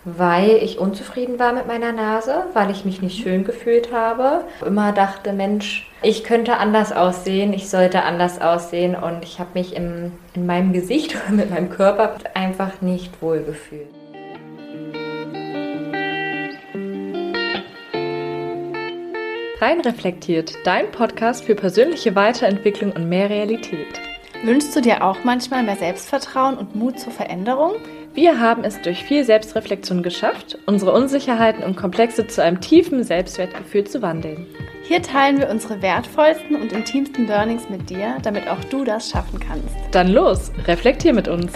weil ich unzufrieden war mit meiner Nase, weil ich mich nicht schön gefühlt habe. Immer dachte, Mensch, ich könnte anders aussehen, ich sollte anders aussehen und ich habe mich in meinem Gesicht oder mit meinem Körper einfach nicht wohl gefühlt. Rein reflektiert, dein Podcast für persönliche Weiterentwicklung und mehr Realität. Wünschst du dir auch manchmal mehr Selbstvertrauen und Mut zur Veränderung? Wir haben es durch viel Selbstreflexion geschafft, unsere Unsicherheiten und Komplexe zu einem tiefen Selbstwertgefühl zu wandeln. Hier teilen wir unsere wertvollsten und intimsten Learnings mit dir, damit auch du das schaffen kannst. Dann los, reflektier mit uns!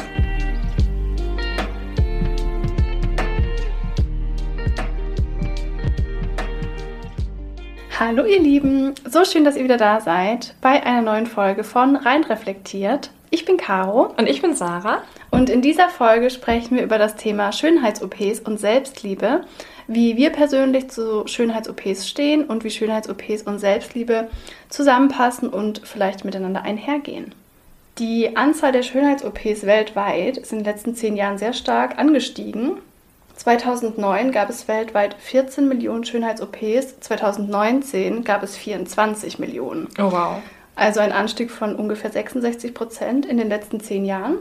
Hallo ihr Lieben, so schön, dass ihr wieder da seid bei einer neuen Folge von Rein reflektiert. Ich bin Caro. Und ich bin Sarah. Und in dieser Folge sprechen wir über das Thema Schönheits-OPs und Selbstliebe, wie wir persönlich zu Schönheits-OPs stehen und wie Schönheits-OPs und Selbstliebe zusammenpassen und vielleicht miteinander einhergehen. Die Anzahl der Schönheits-OPs weltweit ist in den letzten 10 Jahren sehr stark angestiegen. 2009 gab es weltweit 14 Millionen Schönheits-OPs, 2019 gab es 24 Millionen. Oh wow. Also ein Anstieg von ungefähr 66% in den letzten 10 Jahren.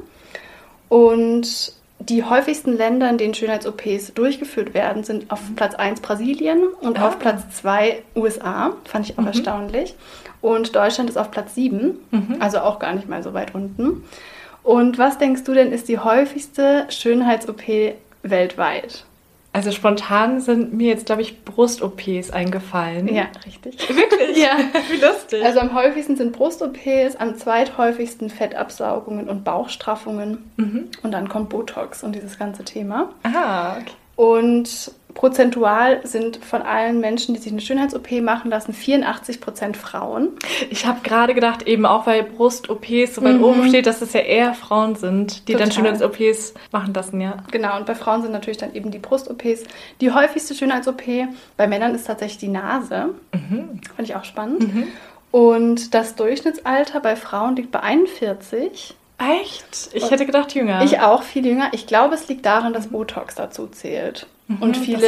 Und die häufigsten Länder, in denen Schönheits-OPs durchgeführt werden, sind auf Platz 1 Brasilien und auf Platz 2 USA. Fand ich auch erstaunlich. Und Deutschland ist auf Platz 7, also auch gar nicht mal so weit unten. Und was denkst du denn, ist die häufigste Schönheits-OP weltweit? Also spontan sind mir jetzt, glaube ich, Brust-OPs eingefallen. Ja, richtig. Wirklich? Ja. Wie lustig. Also am häufigsten sind Brust-OPs, am zweithäufigsten Fettabsaugungen und Bauchstraffungen. Und dann kommt Botox und dieses ganze Thema. Ah, okay. Und prozentual sind von allen Menschen, die sich eine Schönheits-OP machen lassen, 84% Frauen. Ich habe gerade gedacht, eben auch weil Brust-OPs so weit oben steht, dass es ja eher Frauen sind, die dann Schönheits-OPs machen lassen, ja. Genau, und bei Frauen sind natürlich dann eben die Brust-OPs. Die häufigste Schönheits-OP bei Männern ist tatsächlich die Nase. Fand ich auch spannend. Und das Durchschnittsalter bei Frauen liegt bei 41. Echt? Ich hätte gedacht jünger. Ich auch, viel jünger. Ich glaube, es liegt daran, dass Botox dazu zählt. Und viele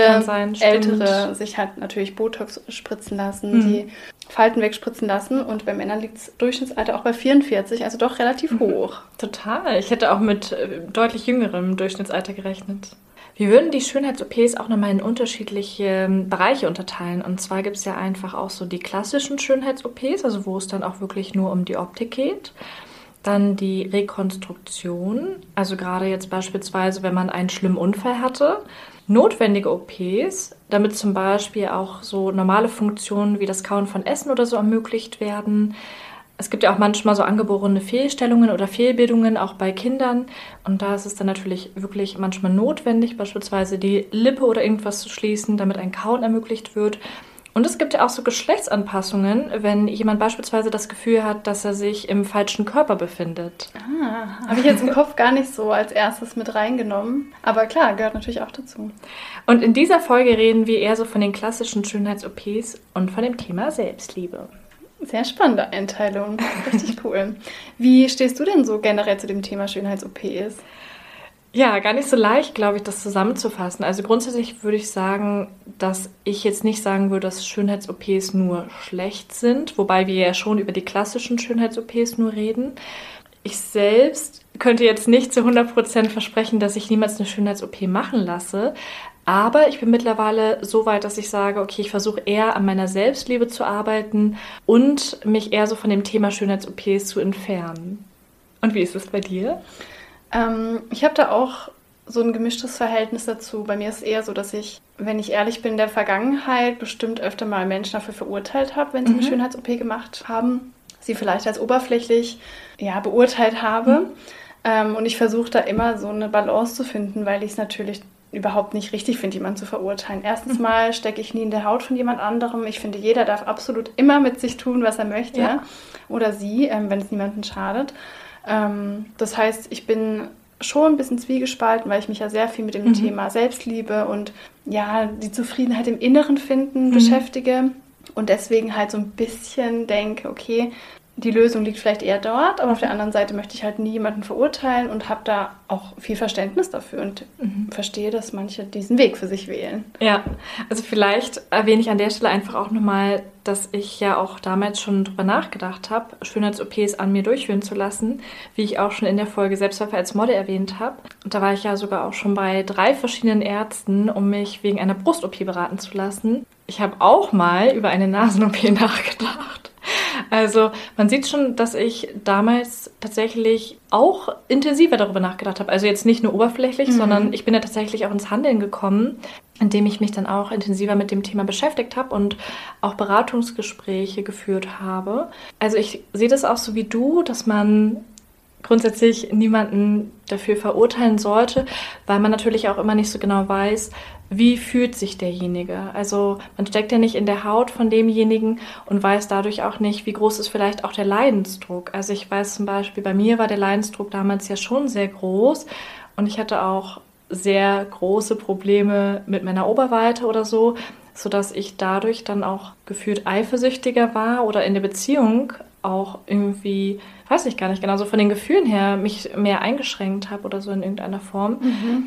Ältere sich halt natürlich Botox spritzen lassen, die Falten wegspritzen lassen. Und bei Männern liegt das Durchschnittsalter auch bei 44, also doch relativ hoch. Total. Ich hätte auch mit deutlich jüngerem Durchschnittsalter gerechnet. Wir würden die Schönheits-OPs auch nochmal in unterschiedliche Bereiche unterteilen. Und zwar gibt es ja einfach auch so die klassischen Schönheits-OPs, also wo es dann auch wirklich nur um die Optik geht. Dann die Rekonstruktion, also gerade jetzt beispielsweise, wenn man einen schlimmen Unfall hatte. Notwendige OPs, damit zum Beispiel auch so normale Funktionen wie das Kauen von Essen oder so ermöglicht werden. Es gibt ja auch manchmal so angeborene Fehlstellungen oder Fehlbildungen, auch bei Kindern. Und da ist es dann natürlich wirklich manchmal notwendig, beispielsweise die Lippe oder irgendwas zu schließen, damit ein Kauen ermöglicht wird. Und es gibt ja auch so Geschlechtsanpassungen, wenn jemand beispielsweise das Gefühl hat, dass er sich im falschen Körper befindet. Habe ich jetzt im Kopf gar nicht so als erstes mit reingenommen. Aber klar, gehört natürlich auch dazu. Und in dieser Folge reden wir eher so von den klassischen Schönheits-OPs und von dem Thema Selbstliebe. Sehr spannende Einteilung. Richtig cool. Wie stehst du denn so generell zu dem Thema Schönheits-OPs? Ja, gar nicht so leicht, glaube ich, das zusammenzufassen. Also grundsätzlich würde ich sagen, dass ich jetzt nicht sagen würde, dass Schönheits-OPs nur schlecht sind, wobei wir ja schon über die klassischen Schönheits-OPs nur reden. Ich selbst könnte jetzt nicht zu 100% versprechen, dass ich niemals eine Schönheits-OP machen lasse, aber ich bin mittlerweile so weit, dass ich sage, okay, ich versuche eher an meiner Selbstliebe zu arbeiten und mich eher so von dem Thema Schönheits-OPs zu entfernen. Und wie ist es bei dir? Ich habe da auch so ein gemischtes Verhältnis dazu. Bei mir ist es eher so, dass ich, wenn ich ehrlich bin, in der Vergangenheit bestimmt öfter mal Menschen dafür verurteilt habe, wenn sie eine Schönheits-OP gemacht haben, sie vielleicht als oberflächlich beurteilt habe. Und ich versuche da immer so eine Balance zu finden, weil ich es natürlich überhaupt nicht richtig finde, jemanden zu verurteilen. Erstens mal stecke ich nie in der Haut von jemand anderem. Ich finde, jeder darf absolut immer mit sich tun, was er möchte. Oder sie, wenn es niemandem schadet. Das heißt, ich bin schon ein bisschen zwiegespalten, weil ich mich ja sehr viel mit dem Thema Selbstliebe und die Zufriedenheit im Inneren finden beschäftige und deswegen halt so ein bisschen denke, okay, die Lösung liegt vielleicht eher dort, aber auf der anderen Seite möchte ich halt nie jemanden verurteilen und habe da auch viel Verständnis dafür und verstehe, dass manche diesen Weg für sich wählen. Ja, also vielleicht erwähne ich an der Stelle einfach auch nochmal, dass ich ja auch damals schon drüber nachgedacht habe, Schönheits-OPs an mir durchführen zu lassen, wie ich auch schon in der Folge Selbstwürfe als Model erwähnt habe. Und da war ich ja sogar auch schon bei 3 verschiedenen Ärzten, um mich wegen einer Brust-OP beraten zu lassen. Ich habe auch mal über eine Nasen-OP nachgedacht. Also man sieht schon, dass ich damals tatsächlich auch intensiver darüber nachgedacht habe. Also jetzt nicht nur oberflächlich, sondern ich bin ja tatsächlich auch ins Handeln gekommen, indem ich mich dann auch intensiver mit dem Thema beschäftigt habe und auch Beratungsgespräche geführt habe. Also ich sehe das auch so wie du, dass man grundsätzlich niemanden dafür verurteilen sollte, weil man natürlich auch immer nicht so genau weiß, wie fühlt sich derjenige. Also man steckt ja nicht in der Haut von demjenigen und weiß dadurch auch nicht, wie groß ist vielleicht auch der Leidensdruck. Also ich weiß zum Beispiel, bei mir war der Leidensdruck damals ja schon sehr groß und ich hatte auch sehr große Probleme mit meiner Oberweite oder so, sodass ich dadurch dann auch gefühlt eifersüchtiger war oder in der Beziehung auch irgendwie, weiß ich gar nicht genau, so von den Gefühlen her mich mehr eingeschränkt habe oder so in irgendeiner Form.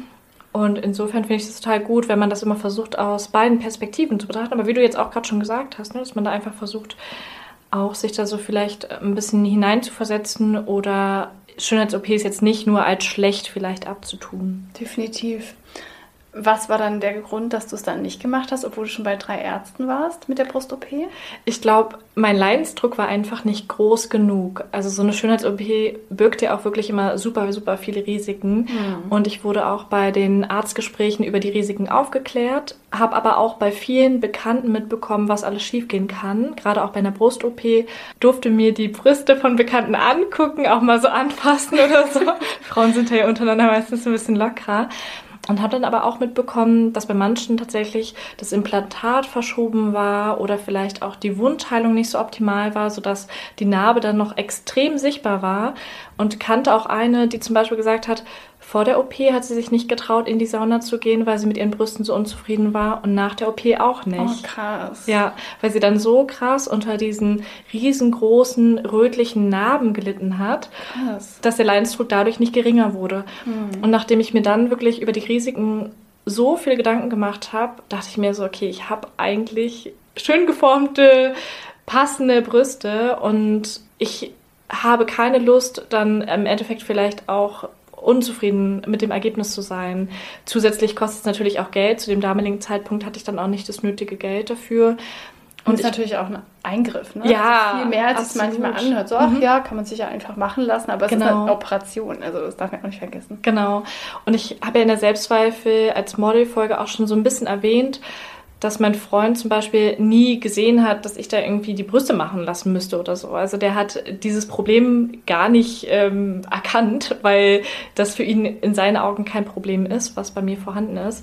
Und insofern finde ich es total gut, wenn man das immer versucht, aus beiden Perspektiven zu betrachten. Aber wie du jetzt auch gerade schon gesagt hast, ne, dass man da einfach versucht, auch sich da so vielleicht ein bisschen hineinzuversetzen oder Schönheits-OPs jetzt nicht nur als schlecht vielleicht abzutun. Definitiv. Was war dann der Grund, dass du es dann nicht gemacht hast, obwohl du schon bei 3 Ärzten warst mit der Brust-OP? Ich glaube, mein Leidensdruck war einfach nicht groß genug. Also so eine Schönheits-OP birgt ja auch wirklich immer super, super viele Risiken. Und ich wurde auch bei den Arztgesprächen über die Risiken aufgeklärt, habe aber auch bei vielen Bekannten mitbekommen, was alles schiefgehen kann. Gerade auch bei einer Brust-OP durfte mir die Brüste von Bekannten angucken, auch mal so anfassen oder so. Frauen sind ja untereinander meistens ein bisschen lockerer. Und habe dann aber auch mitbekommen, dass bei manchen tatsächlich das Implantat verschoben war oder vielleicht auch die Wundheilung nicht so optimal war, sodass die Narbe dann noch extrem sichtbar war. Und kannte auch eine, die zum Beispiel gesagt hat, vor der OP hat sie sich nicht getraut, in die Sauna zu gehen, weil sie mit ihren Brüsten so unzufrieden war und nach der OP auch nicht. Oh, krass. Ja, weil sie dann so krass unter diesen riesengroßen rötlichen Narben gelitten hat, dass der Leidensdruck dadurch nicht geringer wurde. Und nachdem ich mir dann wirklich über die Risiken so viele Gedanken gemacht habe, dachte ich mir so, okay, ich habe eigentlich schön geformte, passende Brüste und ich habe keine Lust, dann im Endeffekt vielleicht auch unzufrieden mit dem Ergebnis zu sein. Zusätzlich kostet es natürlich auch Geld. Zu dem damaligen Zeitpunkt hatte ich dann auch nicht das nötige Geld dafür. Und ist natürlich auch ein Eingriff, ne? Ja, also viel mehr, als es manchmal anhört. So, ach ja, kann man sich ja einfach machen lassen, aber es ist halt eine Operation, also das darf man auch nicht vergessen. Genau. Und ich habe ja in der Selbstzweifel als Modelfolge auch schon so ein bisschen erwähnt, dass mein Freund zum Beispiel nie gesehen hat, dass ich da irgendwie die Brüste machen lassen müsste oder so. Also der hat dieses Problem gar nicht erkannt, weil das für ihn in seinen Augen kein Problem ist, was bei mir vorhanden ist.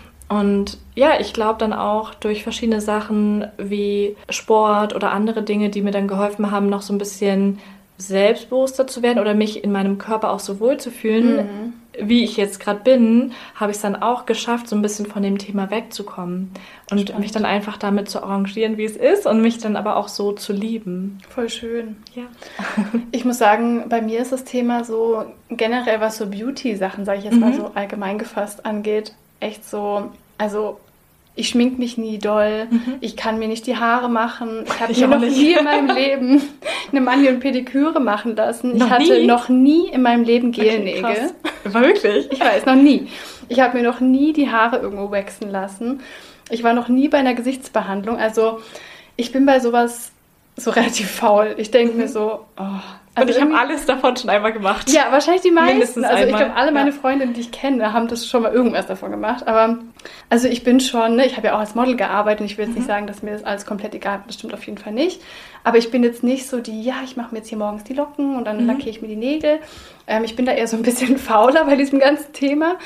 Und ja, ich glaube dann auch durch verschiedene Sachen wie Sport oder andere Dinge, die mir dann geholfen haben, noch so ein bisschen selbstbewusster zu werden oder mich in meinem Körper auch so wohl zu fühlen, wie ich jetzt gerade bin, habe ich es dann auch geschafft, so ein bisschen von dem Thema wegzukommen und mich dann einfach damit zu arrangieren, wie es ist und mich dann aber auch so zu lieben. Voll schön. Ja. Ich muss sagen, bei mir ist das Thema so generell, was so Beauty-Sachen, sage ich jetzt mal so allgemein gefasst angeht, echt so, also ich schmink mich nie doll, ich kann mir nicht die Haare machen, ich habe mir noch nie in meinem Leben eine Mani- und Pediküre machen lassen. Ich hatte noch nie in meinem Leben Gelnägel. Okay, wirklich? Ich weiß, noch nie. Ich habe mir noch nie die Haare irgendwo waxen lassen. Ich war noch nie bei einer Gesichtsbehandlung. Also ich bin bei sowas so relativ faul. Ich denke mir so, oh. Also und ich habe alles davon schon einmal gemacht. Ja, wahrscheinlich die meisten. Mindestens also einmal. Ich glaube, alle meine Freundinnen, die ich kenne, haben das schon mal irgendwas davon gemacht. Aber also ich bin schon, ne, ich habe ja auch als Model gearbeitet und ich will jetzt nicht sagen, dass mir das alles komplett egal ist. Das stimmt auf jeden Fall nicht. Aber ich bin jetzt nicht so die, ja, ich mache mir jetzt hier morgens die Locken und dann lackiere ich mir die Nägel. Ich bin da eher so ein bisschen fauler bei diesem ganzen Thema.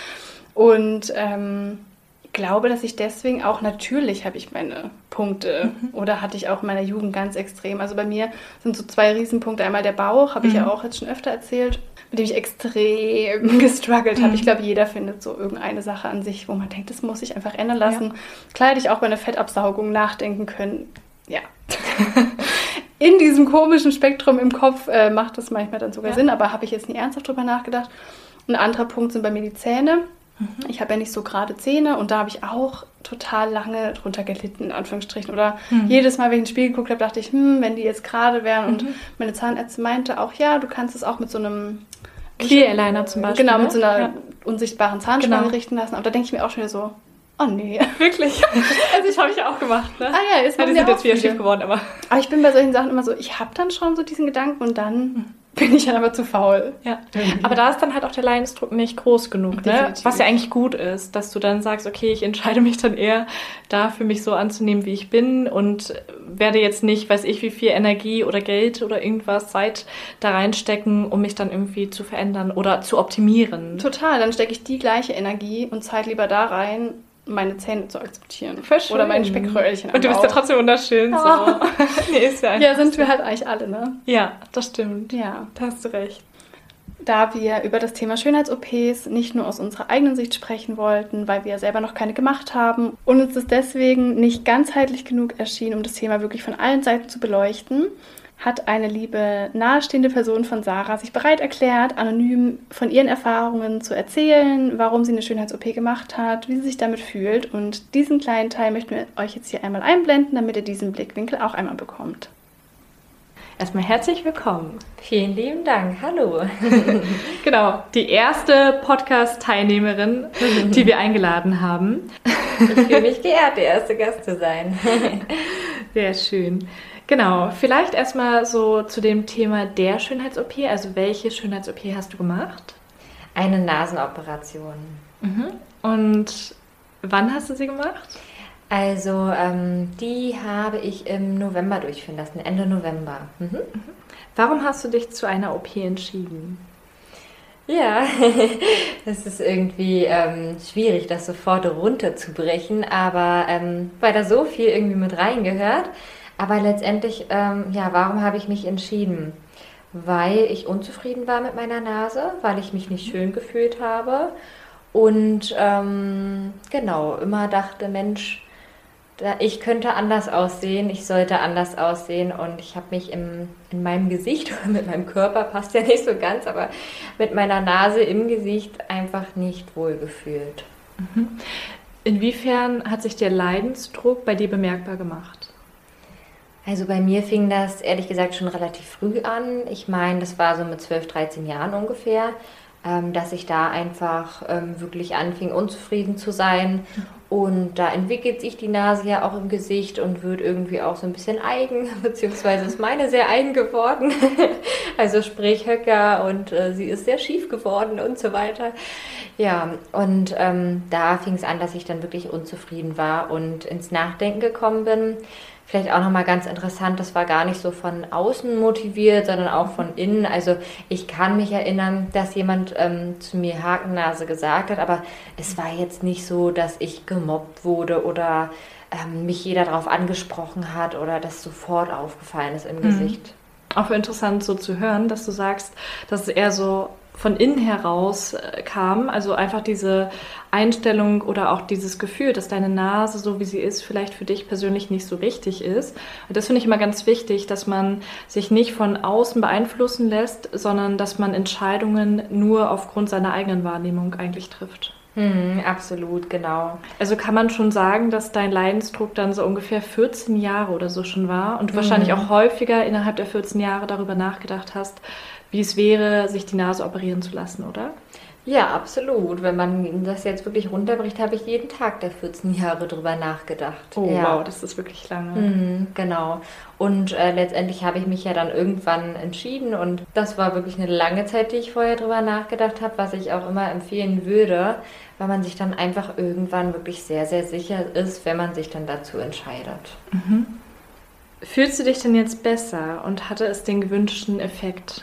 Und glaube, dass ich deswegen auch, natürlich habe ich meine Punkte oder hatte ich auch in meiner Jugend ganz extrem. Also bei mir sind so 2 Riesenpunkte. Einmal der Bauch, habe ich ja auch jetzt schon öfter erzählt, mit dem ich extrem gestruggelt habe. Ich glaube, jeder findet so irgendeine Sache an sich, wo man denkt, das muss ich einfach ändern lassen. Ja. Klar hätte ich auch bei einer Fettabsaugung nachdenken können. Ja. in diesem komischen Spektrum im Kopf macht das manchmal dann sogar Sinn, aber habe ich jetzt nie ernsthaft drüber nachgedacht. Ein anderer Punkt sind bei mir die Zähne. Ich habe ja nicht so gerade Zähne und da habe ich auch total lange drunter gelitten, in Anführungsstrichen. Oder jedes Mal, wenn ich ins Spiel geguckt habe, dachte ich, wenn die jetzt gerade wären. Und meine Zahnärztin meinte auch, ja, du kannst es auch mit so einem Clear Aligner zum Beispiel. Genau, mit so einer unsichtbaren Zahnspange richten lassen. Aber da denke ich mir auch schon wieder so, oh nee. Wirklich? Also das habe ich ja auch gemacht, ne? Ah ja, ist die sind jetzt wieder schief geworden, aber ich bin bei solchen Sachen immer so, ich habe dann schon so diesen Gedanken und dann bin ich dann aber zu faul. Ja, aber da ist dann halt auch der Leidensdruck nicht groß genug, ne? Was ja eigentlich gut ist, dass du dann sagst, okay, ich entscheide mich dann eher dafür, mich so anzunehmen, wie ich bin und werde jetzt nicht, weiß ich, wie viel Energie oder Geld oder irgendwas, Zeit da reinstecken, um mich dann irgendwie zu verändern oder zu optimieren. Total, dann stecke ich die gleiche Energie und Zeit lieber da rein, meine Zähne zu akzeptieren. Voll schön. Oder mein Speckröllchen. Und du bist ja trotzdem wunderschön. So. Nee, ist ja sind wir halt eigentlich alle, ne? Ja, das stimmt. Ja. Da hast du recht. Da wir über das Thema Schönheits-OPs nicht nur aus unserer eigenen Sicht sprechen wollten, weil wir ja selber noch keine gemacht haben und uns das deswegen nicht ganzheitlich genug erschien, um das Thema wirklich von allen Seiten zu beleuchten, hat eine liebe nahestehende Person von Sarah sich bereit erklärt, anonym von ihren Erfahrungen zu erzählen, warum sie eine Schönheits-OP gemacht hat, wie sie sich damit fühlt. Und diesen kleinen Teil möchten wir euch jetzt hier einmal einblenden, damit ihr diesen Blickwinkel auch einmal bekommt. Erstmal herzlich willkommen. Vielen lieben Dank. Hallo. Genau, die erste Podcast-Teilnehmerin, die wir eingeladen haben. Ich fühle mich geehrt, der erste Gast zu sein. Sehr schön. Genau, vielleicht erstmal so zu dem Thema der Schönheits-OP. Also welche Schönheits-OP hast du gemacht? Eine Nasenoperation. Und wann hast du sie gemacht? Also die habe ich im November durchführen lassen, Ende November. Warum hast du dich zu einer OP entschieden? Ja, es ist irgendwie schwierig, das sofort runterzubrechen, aber weil da so viel irgendwie mit reingehört. Aber letztendlich, warum habe ich mich entschieden? Weil ich unzufrieden war mit meiner Nase, weil ich mich nicht schön gefühlt habe und immer dachte, Mensch, ich könnte anders aussehen, ich sollte anders aussehen und ich habe mich in meinem Gesicht oder mit meinem Körper, passt ja nicht so ganz, aber mit meiner Nase im Gesicht einfach nicht wohl gefühlt. Inwiefern hat sich der Leidensdruck bei dir bemerkbar gemacht? Also bei mir fing das ehrlich gesagt schon relativ früh an. Ich meine, das war so mit 12, 13 Jahren ungefähr, dass ich da einfach wirklich anfing, unzufrieden zu sein. Und da entwickelt sich die Nase ja auch im Gesicht und wird irgendwie auch so ein bisschen eigen, beziehungsweise ist meine sehr eigen geworden. Also sprich Höcker und sie ist sehr schief geworden und so weiter. Ja, und da fing es an, dass ich dann wirklich unzufrieden war und ins Nachdenken gekommen bin. Vielleicht auch nochmal ganz interessant, das war gar nicht so von außen motiviert, sondern auch von innen. Also ich kann mich erinnern, dass jemand zu mir Hakennase gesagt hat, aber es war jetzt nicht so, dass ich gemobbt wurde oder mich jeder darauf angesprochen hat oder das sofort aufgefallen ist im Gesicht. Auch interessant so zu hören, dass du sagst, dass es eher so von innen heraus kam, also einfach diese Einstellung oder auch dieses Gefühl, dass deine Nase, so wie sie ist, vielleicht für dich persönlich nicht so richtig ist. Und das finde ich immer ganz wichtig, dass man sich nicht von außen beeinflussen lässt, sondern dass man Entscheidungen nur aufgrund seiner eigenen Wahrnehmung eigentlich trifft. Absolut, genau. Also kann man schon sagen, dass dein Leidensdruck dann so ungefähr 14 Jahre oder so schon war und du wahrscheinlich auch häufiger innerhalb der 14 Jahre darüber nachgedacht hast, wie es wäre, sich die Nase operieren zu lassen, oder? Ja, absolut. Wenn man das jetzt wirklich runterbricht, habe ich jeden Tag der 14 Jahre drüber nachgedacht. Oh, ja. Wow, das ist wirklich lange. Genau. Und letztendlich habe ich mich ja dann irgendwann entschieden und das war wirklich eine lange Zeit, die ich vorher drüber nachgedacht habe, was ich auch immer empfehlen würde, weil man sich dann einfach irgendwann wirklich sehr, sehr sicher ist, wenn man sich dann dazu entscheidet. Fühlst du dich denn jetzt besser und hatte es den gewünschten Effekt?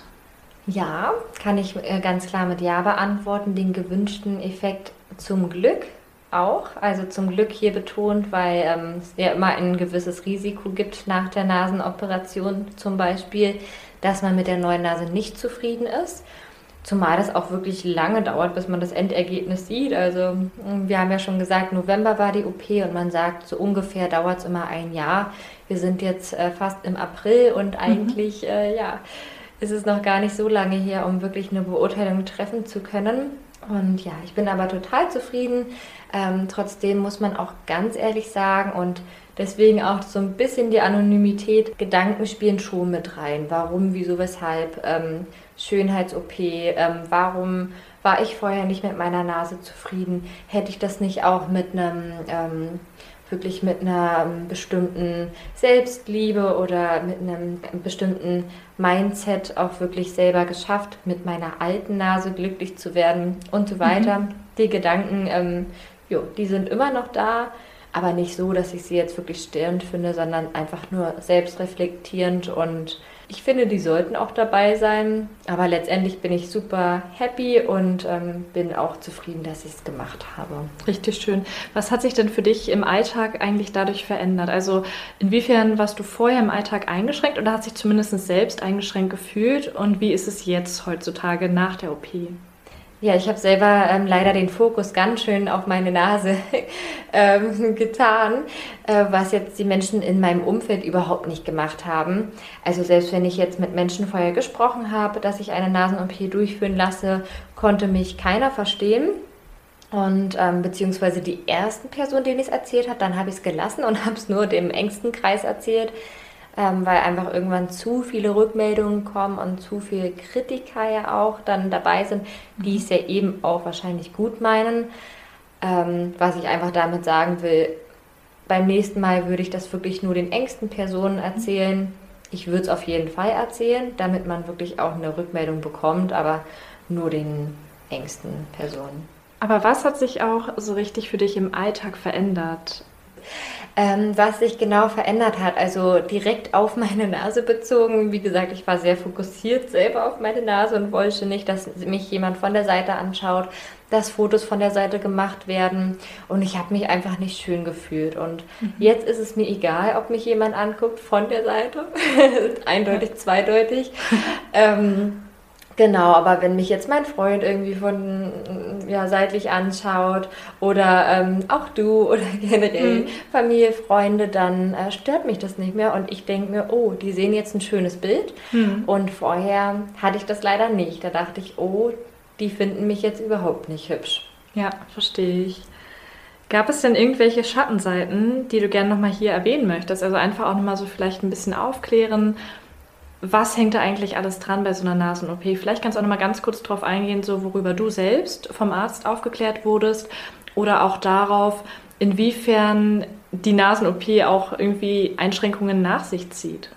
Ja, kann ich ganz klar mit Ja beantworten. Den gewünschten Effekt zum Glück auch. Also zum Glück hier betont, weil es ja immer ein gewisses Risiko gibt nach der Nasenoperation zum Beispiel, dass man mit der neuen Nase nicht zufrieden ist. Zumal das auch wirklich lange dauert, bis man das Endergebnis sieht. Also wir haben ja schon gesagt, November war die OP und man sagt, so ungefähr dauert es immer ein Jahr. Wir sind jetzt fast im April und eigentlich ist es noch gar nicht so lange her, um wirklich eine Beurteilung treffen zu können. Und ja, ich bin aber total zufrieden. Trotzdem muss man auch ganz ehrlich sagen und deswegen auch so ein bisschen die Anonymität, Gedanken spielen schon mit rein. Warum, wieso, weshalb, Schönheits-OP, warum war ich vorher nicht mit meiner Nase zufrieden? Hätte ich das nicht auch mit wirklich mit einer bestimmten Selbstliebe oder mit einem bestimmten Mindset auch wirklich selber geschafft, mit meiner alten Nase glücklich zu werden und so weiter. Die Gedanken, die sind immer noch da, aber nicht so, dass ich sie jetzt wirklich störend finde, sondern einfach nur selbstreflektierend und ich finde, die sollten auch dabei sein, aber letztendlich bin ich super happy und bin auch zufrieden, dass ich es gemacht habe. Richtig schön. Was hat sich denn für dich im Alltag eigentlich dadurch verändert? Also inwiefern warst du vorher im Alltag eingeschränkt oder hast dich zumindest selbst eingeschränkt gefühlt und wie ist es jetzt heutzutage nach der OP? Ja, ich habe selber leider den Fokus ganz schön auf meine Nase getan, was jetzt die Menschen in meinem Umfeld überhaupt nicht gemacht haben. Also selbst wenn ich jetzt mit Menschen vorher gesprochen habe, dass ich eine Nasen-OP durchführen lasse, konnte mich keiner verstehen. Und beziehungsweise die ersten Personen, denen ich es erzählt habe, dann habe ich es gelassen und habe es nur dem engsten Kreis erzählt. Weil einfach irgendwann zu viele Rückmeldungen kommen und zu viele Kritiker ja auch dann dabei sind, die es ja eben auch wahrscheinlich gut meinen. Was ich einfach damit sagen will, beim nächsten Mal würde ich das wirklich nur den engsten Personen erzählen. Ich würde es auf jeden Fall erzählen, damit man wirklich auch eine Rückmeldung bekommt, aber nur den engsten Personen. Aber was hat sich auch so richtig für dich im Alltag verändert? Was sich genau verändert hat, also direkt auf meine Nase bezogen. Wie gesagt, ich war sehr fokussiert selber auf meine Nase und wollte nicht, dass mich jemand von der Seite anschaut, dass Fotos von der Seite gemacht werden und ich habe mich einfach nicht schön gefühlt. Und jetzt ist es mir egal, ob mich jemand anguckt von der Seite, eindeutig, zweideutig. Genau, aber wenn mich jetzt mein Freund irgendwie von seitlich anschaut oder auch du oder generell Familie, Freunde, dann stört mich das nicht mehr und ich denke mir, oh, die sehen jetzt ein schönes Bild und vorher hatte ich das leider nicht. Da dachte ich, oh, die finden mich jetzt überhaupt nicht hübsch. Ja, verstehe ich. Gab es denn irgendwelche Schattenseiten, die du gerne nochmal hier erwähnen möchtest? Also einfach auch nochmal so vielleicht ein bisschen aufklären. Was hängt da eigentlich alles dran bei so einer Nasen-OP? Vielleicht kannst du auch noch mal ganz kurz drauf eingehen, so worüber du selbst vom Arzt aufgeklärt wurdest oder auch darauf, inwiefern die Nasen-OP auch irgendwie Einschränkungen nach sich zieht.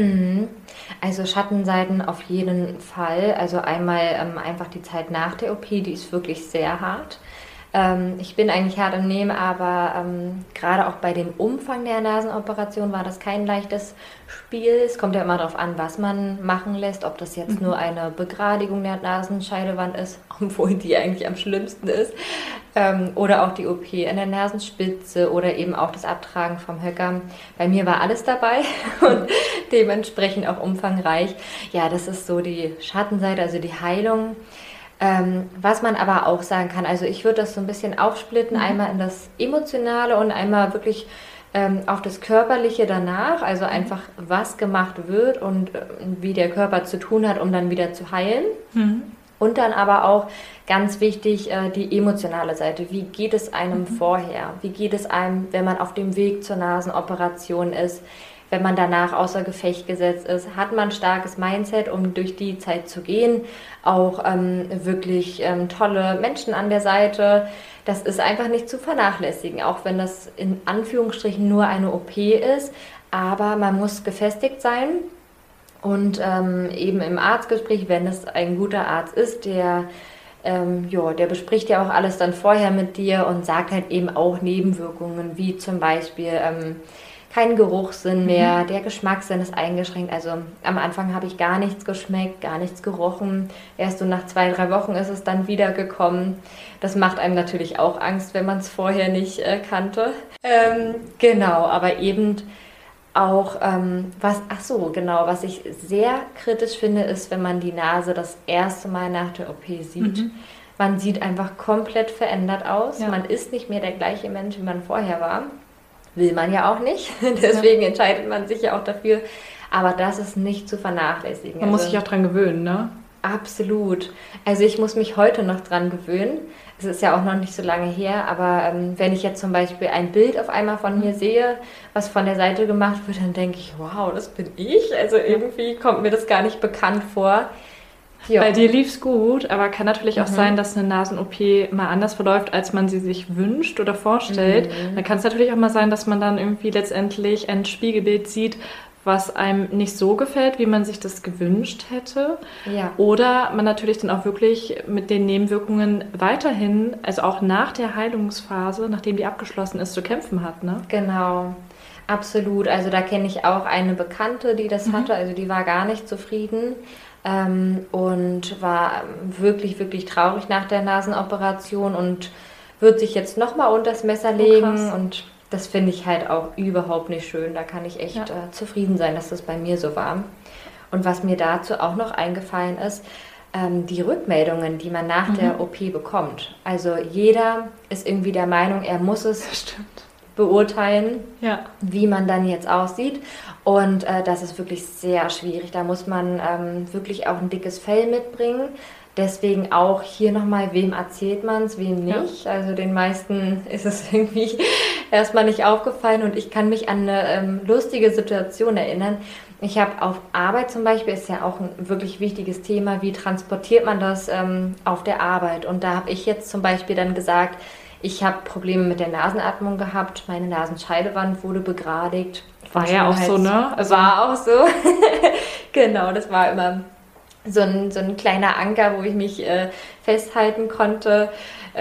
Also Schattenseiten auf jeden Fall. Also einmal einfach die Zeit nach der OP, die ist wirklich sehr hart. Ich bin eigentlich hart im Nehmen, aber gerade auch bei dem Umfang der Nasenoperation war das kein leichtes Spiel. Es kommt ja immer darauf an, was man machen lässt, ob das jetzt nur eine Begradigung der Nasenscheidewand ist, obwohl die eigentlich am schlimmsten ist, oder auch die OP in der Nasenspitze oder eben auch das Abtragen vom Höcker. Bei mir war alles dabei und dementsprechend auch umfangreich. Ja, das ist so die Schattenseite, also die Heilung. Was man aber auch sagen kann, also ich würde das so ein bisschen aufsplitten, einmal in das Emotionale und einmal wirklich auf das Körperliche danach, also einfach was gemacht wird und wie der Körper zu tun hat, um dann wieder zu heilen. Und dann aber auch ganz wichtig die emotionale Seite. Wie geht es einem vorher? Wie geht es einem, wenn man auf dem Weg zur Nasenoperation ist? Wenn man danach außer Gefecht gesetzt ist, hat man ein starkes Mindset, um durch die Zeit zu gehen. Auch wirklich tolle Menschen an der Seite. Das ist einfach nicht zu vernachlässigen, auch wenn das in Anführungsstrichen nur eine OP ist. Aber man muss gefestigt sein und eben im Arztgespräch, wenn es ein guter Arzt ist, der bespricht ja auch alles dann vorher mit dir und sagt halt eben auch Nebenwirkungen, wie zum Beispiel kein Geruchssinn mehr, der Geschmackssinn ist eingeschränkt. Also am Anfang habe ich gar nichts geschmeckt, gar nichts gerochen. Erst so nach 2-3 Wochen ist es dann wieder gekommen. Das macht einem natürlich auch Angst, wenn man es vorher nicht kannte. Genau, aber eben Auch, was ich sehr kritisch finde, ist, wenn man die Nase das erste Mal nach der OP sieht. Man sieht einfach komplett verändert aus. Ja. Man ist nicht mehr der gleiche Mensch, wie man vorher war. Will man ja auch nicht. Deswegen entscheidet man sich ja auch dafür. Aber das ist nicht zu vernachlässigen. Man muss sich auch dran gewöhnen, ne? Absolut. Also ich muss mich heute noch dran gewöhnen. Es ist ja auch noch nicht so lange her, aber wenn ich jetzt zum Beispiel ein Bild auf einmal von mir sehe, was von der Seite gemacht wird, dann denke ich, wow, das bin ich. Also irgendwie kommt mir das gar nicht bekannt vor. Jo. Bei dir lief's gut, aber kann natürlich auch sein, dass eine Nasen-OP mal anders verläuft, als man sie sich wünscht oder vorstellt. Dann kann es natürlich auch mal sein, dass man dann irgendwie letztendlich ein Spiegelbild sieht, was einem nicht so gefällt, wie man sich das gewünscht hätte. Ja. Oder man natürlich dann auch wirklich mit den Nebenwirkungen weiterhin, also auch nach der Heilungsphase, nachdem die abgeschlossen ist, zu kämpfen hat, ne? Genau, absolut. Also da kenne ich auch eine Bekannte, die das hatte. Also die war gar nicht zufrieden und war wirklich, wirklich traurig nach der Nasenoperation und wird sich jetzt nochmal unter das Messer legen und das finde ich halt auch überhaupt nicht schön. Da kann ich echt zufrieden sein, dass das bei mir so war. Und was mir dazu auch noch eingefallen ist, die Rückmeldungen, die man nach der OP bekommt. Also jeder ist irgendwie der Meinung, er muss es beurteilen, wie man dann jetzt aussieht. Und das ist wirklich sehr schwierig. Da muss man wirklich auch ein dickes Fell mitbringen. Deswegen auch hier nochmal, wem erzählt man es, wem nicht. Ja. Also den meisten ist es irgendwie erstmal nicht aufgefallen und ich kann mich an eine lustige Situation erinnern. Ich habe auf Arbeit zum Beispiel, ist ja auch ein wirklich wichtiges Thema, wie transportiert man das auf der Arbeit? Und da habe ich jetzt zum Beispiel dann gesagt, ich habe Probleme mit der Nasenatmung gehabt, meine Nasenscheidewand wurde begradigt. War ja auch so, ne? Also war auch so. Genau, das war immer so ein kleiner Anker, wo ich mich festhalten konnte,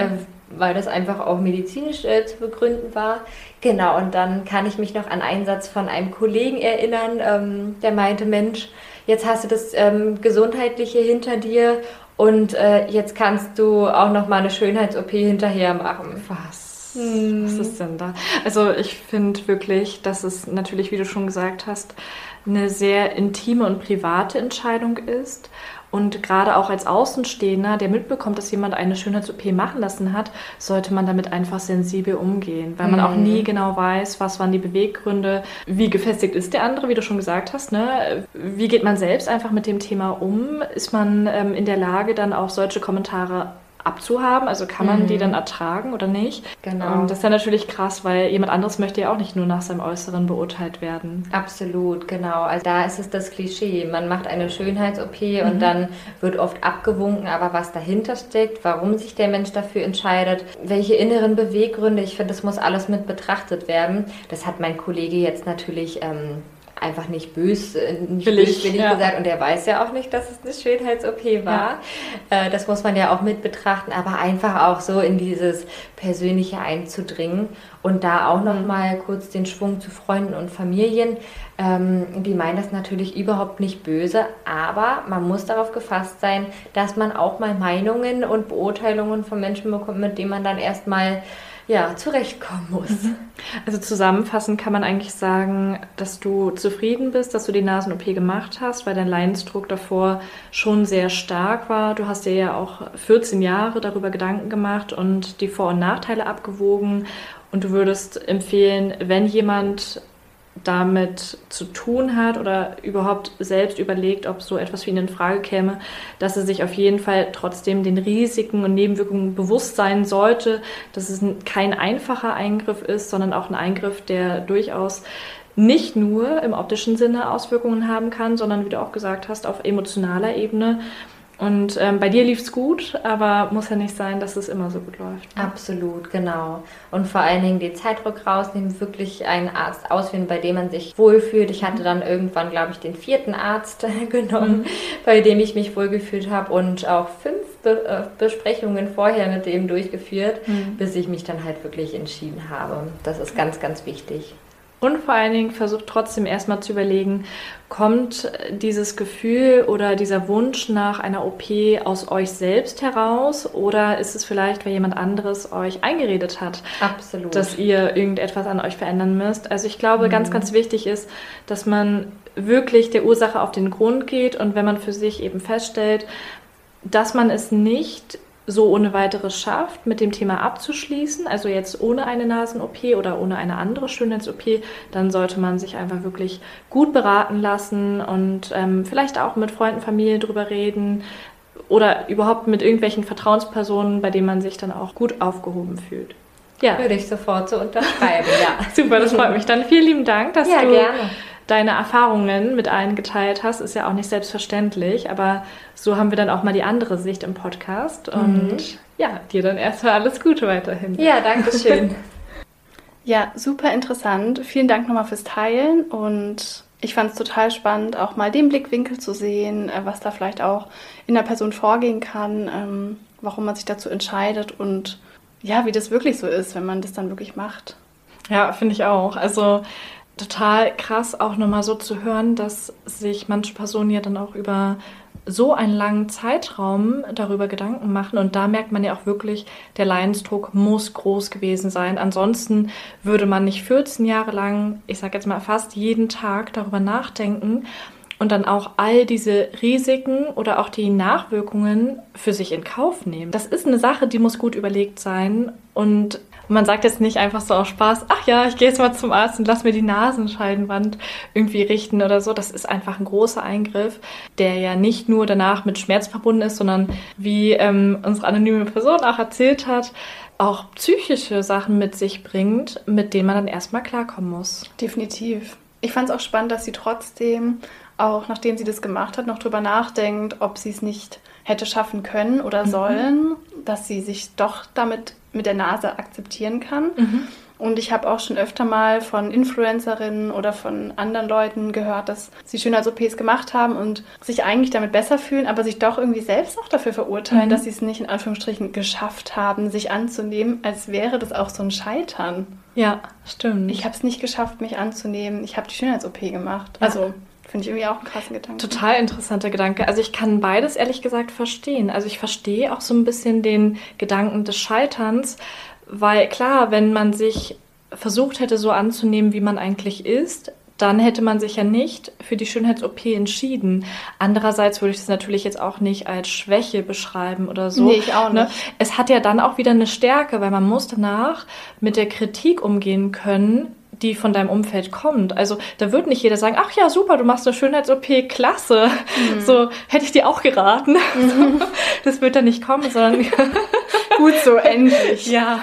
weil das einfach auch medizinisch zu begründen war. Genau, und dann kann ich mich noch an einen Satz von einem Kollegen erinnern, der meinte, Mensch, jetzt hast du das Gesundheitliche hinter dir und jetzt kannst du auch noch mal eine Schönheits-OP hinterher machen. Was ist denn da? Also ich finde wirklich, dass es natürlich, wie du schon gesagt hast, eine sehr intime und private Entscheidung ist. Und gerade auch als Außenstehender, der mitbekommt, dass jemand eine Schönheits-OP machen lassen hat, sollte man damit einfach sensibel umgehen, weil man auch nie genau weiß, was waren die Beweggründe, wie gefestigt ist der andere, wie du schon gesagt hast, ne? Wie geht man selbst einfach mit dem Thema um? Ist man in der Lage, dann auch solche Kommentare abzuhaben, also kann man die dann ertragen oder nicht? Genau. Das ist ja natürlich krass, weil jemand anderes möchte ja auch nicht nur nach seinem Äußeren beurteilt werden. Absolut, genau. Also da ist es das Klischee. Man macht eine Schönheits-OP und dann wird oft abgewunken, aber was dahinter steckt, warum sich der Mensch dafür entscheidet, welche inneren Beweggründe, ich finde, das muss alles mit betrachtet werden. Das hat mein Kollege jetzt natürlich einfach nicht böswillig gesagt und er weiß ja auch nicht, dass es eine Schönheits-OP war. Ja. Das muss man ja auch mit betrachten, aber einfach auch so in dieses Persönliche einzudringen und da auch noch mal kurz den Schwung zu Freunden und Familien. Die meinen das natürlich überhaupt nicht böse, aber man muss darauf gefasst sein, dass man auch mal Meinungen und Beurteilungen von Menschen bekommt, mit denen man dann erstmal zurechtkommen muss. Also zusammenfassend kann man eigentlich sagen, dass du zufrieden bist, dass du die Nasen-OP gemacht hast, weil dein Leidensdruck davor schon sehr stark war. Du hast dir ja auch 14 Jahre darüber Gedanken gemacht und die Vor- und Nachteile abgewogen. Und du würdest empfehlen, wenn jemand damit zu tun hat oder überhaupt selbst überlegt, ob so etwas für ihn in Frage käme, dass er sich auf jeden Fall trotzdem den Risiken und Nebenwirkungen bewusst sein sollte, dass es kein einfacher Eingriff ist, sondern auch ein Eingriff, der durchaus nicht nur im optischen Sinne Auswirkungen haben kann, sondern, wie du auch gesagt hast, auf emotionaler Ebene. Und bei dir lief es gut, aber muss ja nicht sein, dass es immer so gut läuft. Ne? Absolut, genau. Und vor allen Dingen den Zeitdruck rausnehmen, wirklich einen Arzt auswählen, bei dem man sich wohlfühlt. Ich hatte dann irgendwann, glaube ich, den 4. Arzt genommen, bei dem ich mich wohlgefühlt habe und auch 5 Besprechungen vorher mit dem durchgeführt, bis ich mich dann halt wirklich entschieden habe. Das ist ganz, ganz wichtig. Und vor allen Dingen versucht trotzdem erstmal zu überlegen, kommt dieses Gefühl oder dieser Wunsch nach einer OP aus euch selbst heraus oder ist es vielleicht, weil jemand anderes euch eingeredet hat, Absolut. dass ihr irgendetwas an euch verändern müsst? Also ich glaube, ganz, ganz wichtig ist, dass man wirklich der Ursache auf den Grund geht und wenn man für sich eben feststellt, dass man es nicht so ohne weiteres schafft, mit dem Thema abzuschließen, also jetzt ohne eine Nasen-OP oder ohne eine andere Schönheits-OP, dann sollte man sich einfach wirklich gut beraten lassen und vielleicht auch mit Freunden, Familie drüber reden oder überhaupt mit irgendwelchen Vertrauenspersonen, bei denen man sich dann auch gut aufgehoben fühlt. Ja. Würde ich sofort so unterschreiben, ja. Super, das freut mich. Dann vielen lieben Dank, dass du gerne. deine Erfahrungen mit allen geteilt hast. Ist ja auch nicht selbstverständlich, aber so haben wir dann auch mal die andere Sicht im Podcast. Und ja, dir dann erstmal alles Gute weiterhin. Ja, danke schön. Ja, super interessant. Vielen Dank nochmal fürs Teilen und ich fand es total spannend, auch mal den Blickwinkel zu sehen, was da vielleicht auch in der Person vorgehen kann, warum man sich dazu entscheidet und ja, wie das wirklich so ist, wenn man das dann wirklich macht. Ja, finde ich auch. Also total krass auch nochmal so zu hören, dass sich manche Personen ja dann auch über so einen langen Zeitraum darüber Gedanken machen. Und da merkt man ja auch wirklich, der Leidensdruck muss groß gewesen sein. Ansonsten würde man nicht 14 Jahre lang, ich sage jetzt mal fast jeden Tag darüber nachdenken und dann auch all diese Risiken oder auch die Nachwirkungen für sich in Kauf nehmen. Das ist eine Sache, die muss gut überlegt sein und man sagt jetzt nicht einfach so aus Spaß, ach ja, ich gehe jetzt mal zum Arzt und lass mir die Nasenscheidenwand irgendwie richten oder so. Das ist einfach ein großer Eingriff, der ja nicht nur danach mit Schmerz verbunden ist, sondern wie unsere anonyme Person auch erzählt hat, auch psychische Sachen mit sich bringt, mit denen man dann erstmal klarkommen muss. Definitiv. Ich fand es auch spannend, dass sie trotzdem, auch nachdem sie das gemacht hat, noch drüber nachdenkt, ob sie es nicht hätte schaffen können oder sollen, dass sie sich doch damit mit der Nase akzeptieren kann. Und ich habe auch schon öfter mal von Influencerinnen oder von anderen Leuten gehört, dass sie Schönheits-OPs gemacht haben und sich eigentlich damit besser fühlen, aber sich doch irgendwie selbst auch dafür verurteilen, dass sie es nicht in Anführungsstrichen geschafft haben, sich anzunehmen, als wäre das auch so ein Scheitern. Ja, stimmt. Ich habe es nicht geschafft, mich anzunehmen. Ich habe die Schönheits-OP gemacht. Ja. Also finde ich irgendwie auch einen krassen Gedanken. Total interessanter Gedanke. Also ich kann beides ehrlich gesagt verstehen. Also ich verstehe auch so ein bisschen den Gedanken des Scheiterns, weil klar, wenn man sich versucht hätte, so anzunehmen, wie man eigentlich ist, dann hätte man sich ja nicht für die Schönheits-OP entschieden. Andererseits würde ich das natürlich jetzt auch nicht als Schwäche beschreiben oder so. Nee, ich auch nicht. Es hat ja dann auch wieder eine Stärke, weil man muss danach mit der Kritik umgehen können, die von deinem Umfeld kommt. Also da wird nicht jeder sagen, ach ja, super, du machst eine Schönheits-OP, klasse. So hätte ich dir auch geraten. So, das wird dann nicht kommen, sondern gut so, endlich. Ja.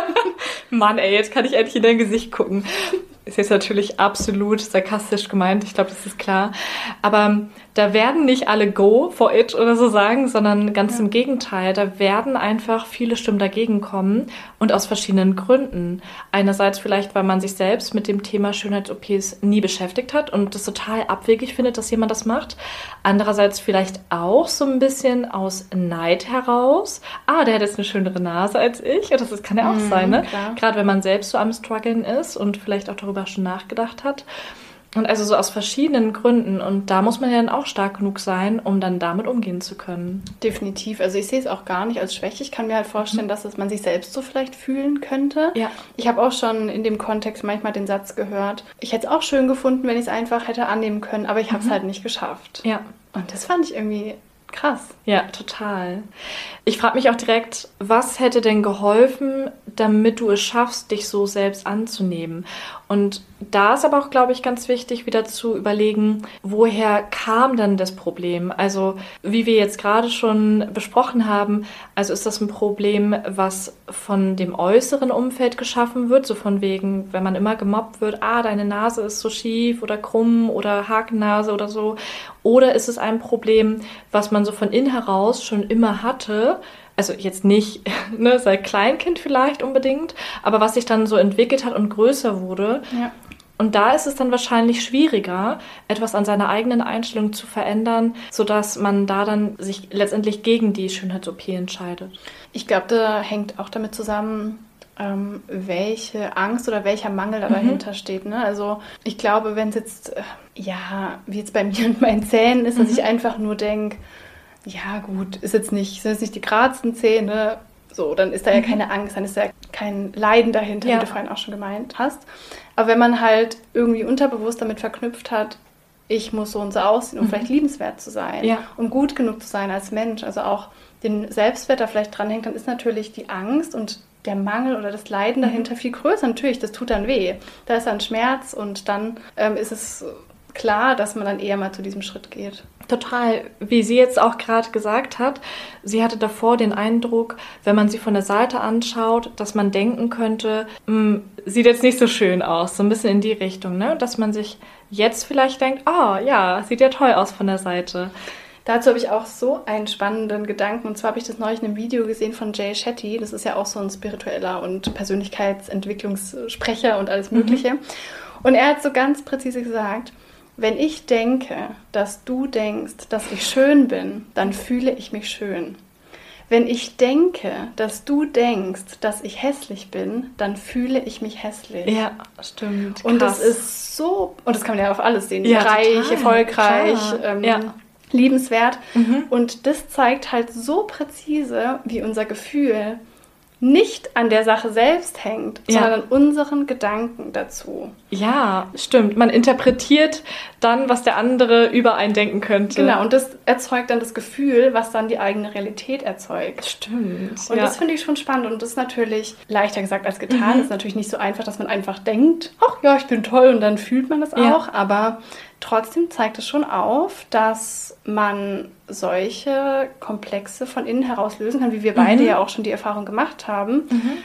Mann, ey, jetzt kann ich endlich in dein Gesicht gucken. Ist jetzt natürlich absolut sarkastisch gemeint, ich glaube, das ist klar. Aber da werden nicht alle go for it oder so sagen, sondern ganz im Gegenteil. Da werden einfach viele Stimmen dagegen kommen und aus verschiedenen Gründen. Einerseits vielleicht, weil man sich selbst mit dem Thema Schönheits-OPs nie beschäftigt hat und das total abwegig findet, dass jemand das macht. Andererseits vielleicht auch so ein bisschen aus Neid heraus. Ah, der hat jetzt eine schönere Nase als ich. Das kann ja auch sein, ne? Klar. Gerade wenn man selbst so am Struggeln ist und vielleicht auch darüber schon nachgedacht hat. Und also so aus verschiedenen Gründen. Und da muss man ja dann auch stark genug sein, um dann damit umgehen zu können. Definitiv. Also ich sehe es auch gar nicht als Schwäche. Ich kann mir halt vorstellen, dass man sich selbst so vielleicht fühlen könnte. Ja. Ich habe auch schon in dem Kontext manchmal den Satz gehört, ich hätte es auch schön gefunden, wenn ich es einfach hätte annehmen können, aber ich habe es halt nicht geschafft. Ja. Und das fand ich irgendwie krass. Ja, total. Ich frage mich auch direkt, was hätte denn geholfen, damit du es schaffst, dich so selbst anzunehmen? Und da ist aber auch, glaube ich, ganz wichtig, wieder zu überlegen, woher kam denn das Problem? Also, wie wir jetzt gerade schon besprochen haben, also ist das ein Problem, was von dem äußeren Umfeld geschaffen wird, so von wegen, wenn man immer gemobbt wird, deine Nase ist so schief oder krumm oder Hakennase oder so. Oder ist es ein Problem, was man so von innen heraus schon immer hatte, also jetzt nicht seit Kleinkind vielleicht unbedingt, aber was sich dann so entwickelt hat und größer wurde. Ja. Und da ist es dann wahrscheinlich schwieriger, etwas an seiner eigenen Einstellung zu verändern, sodass man da dann sich letztendlich gegen die Schönheits-OP entscheidet. Ich glaube, da hängt auch damit zusammen, welche Angst oder welcher Mangel da dahinter steht. Ne? Also ich glaube, wenn es jetzt, wie jetzt bei mir und meinen Zähnen ist, dass ich einfach nur denke, ja gut, sind jetzt nicht die geradsten Zähne, so, dann ist da ja keine Angst, dann ist da ja kein Leiden dahinter, wie du vorhin auch schon gemeint hast. Aber wenn man halt irgendwie unterbewusst damit verknüpft hat, ich muss so und so aussehen, um vielleicht liebenswert zu sein und gut genug zu sein als Mensch, also auch den Selbstwert da vielleicht dranhängt, dann ist natürlich die Angst und der Mangel oder das Leiden dahinter viel größer. Natürlich, das tut dann weh. Da ist dann Schmerz und dann ist es klar, dass man dann eher mal zu diesem Schritt geht. Total, wie sie jetzt auch gerade gesagt hat, sie hatte davor den Eindruck, wenn man sie von der Seite anschaut, dass man denken könnte, sieht jetzt nicht so schön aus, so ein bisschen in die Richtung, ne? Dass man sich jetzt vielleicht denkt, sieht ja toll aus von der Seite. Dazu habe ich auch so einen spannenden Gedanken. Und zwar habe ich das neulich in einem Video gesehen von Jay Shetty. Das ist ja auch so ein spiritueller und Persönlichkeitsentwicklungssprecher und alles Mögliche. Und er hat so ganz präzise gesagt, wenn ich denke, dass du denkst, dass ich schön bin, dann fühle ich mich schön. Wenn ich denke, dass du denkst, dass ich hässlich bin, dann fühle ich mich hässlich. Ja, stimmt. Und das ist so, und das kann man ja auf alles sehen, reich, total, erfolgreich, liebenswert. Und das zeigt halt so präzise, wie unser Gefühl nicht an der Sache selbst hängt, sondern an unseren Gedanken dazu. Ja, stimmt. Man interpretiert dann, was der andere über einen denken könnte. Genau, und das erzeugt dann das Gefühl, was dann die eigene Realität erzeugt. Stimmt. Und das finde ich schon spannend und das ist natürlich leichter gesagt als getan. Ist natürlich nicht so einfach, dass man einfach denkt, ach ja, ich bin toll und dann fühlt man das auch, aber trotzdem zeigt es schon auf, dass man solche Komplexe von innen heraus lösen kann, wie wir beide ja auch schon die Erfahrung gemacht haben.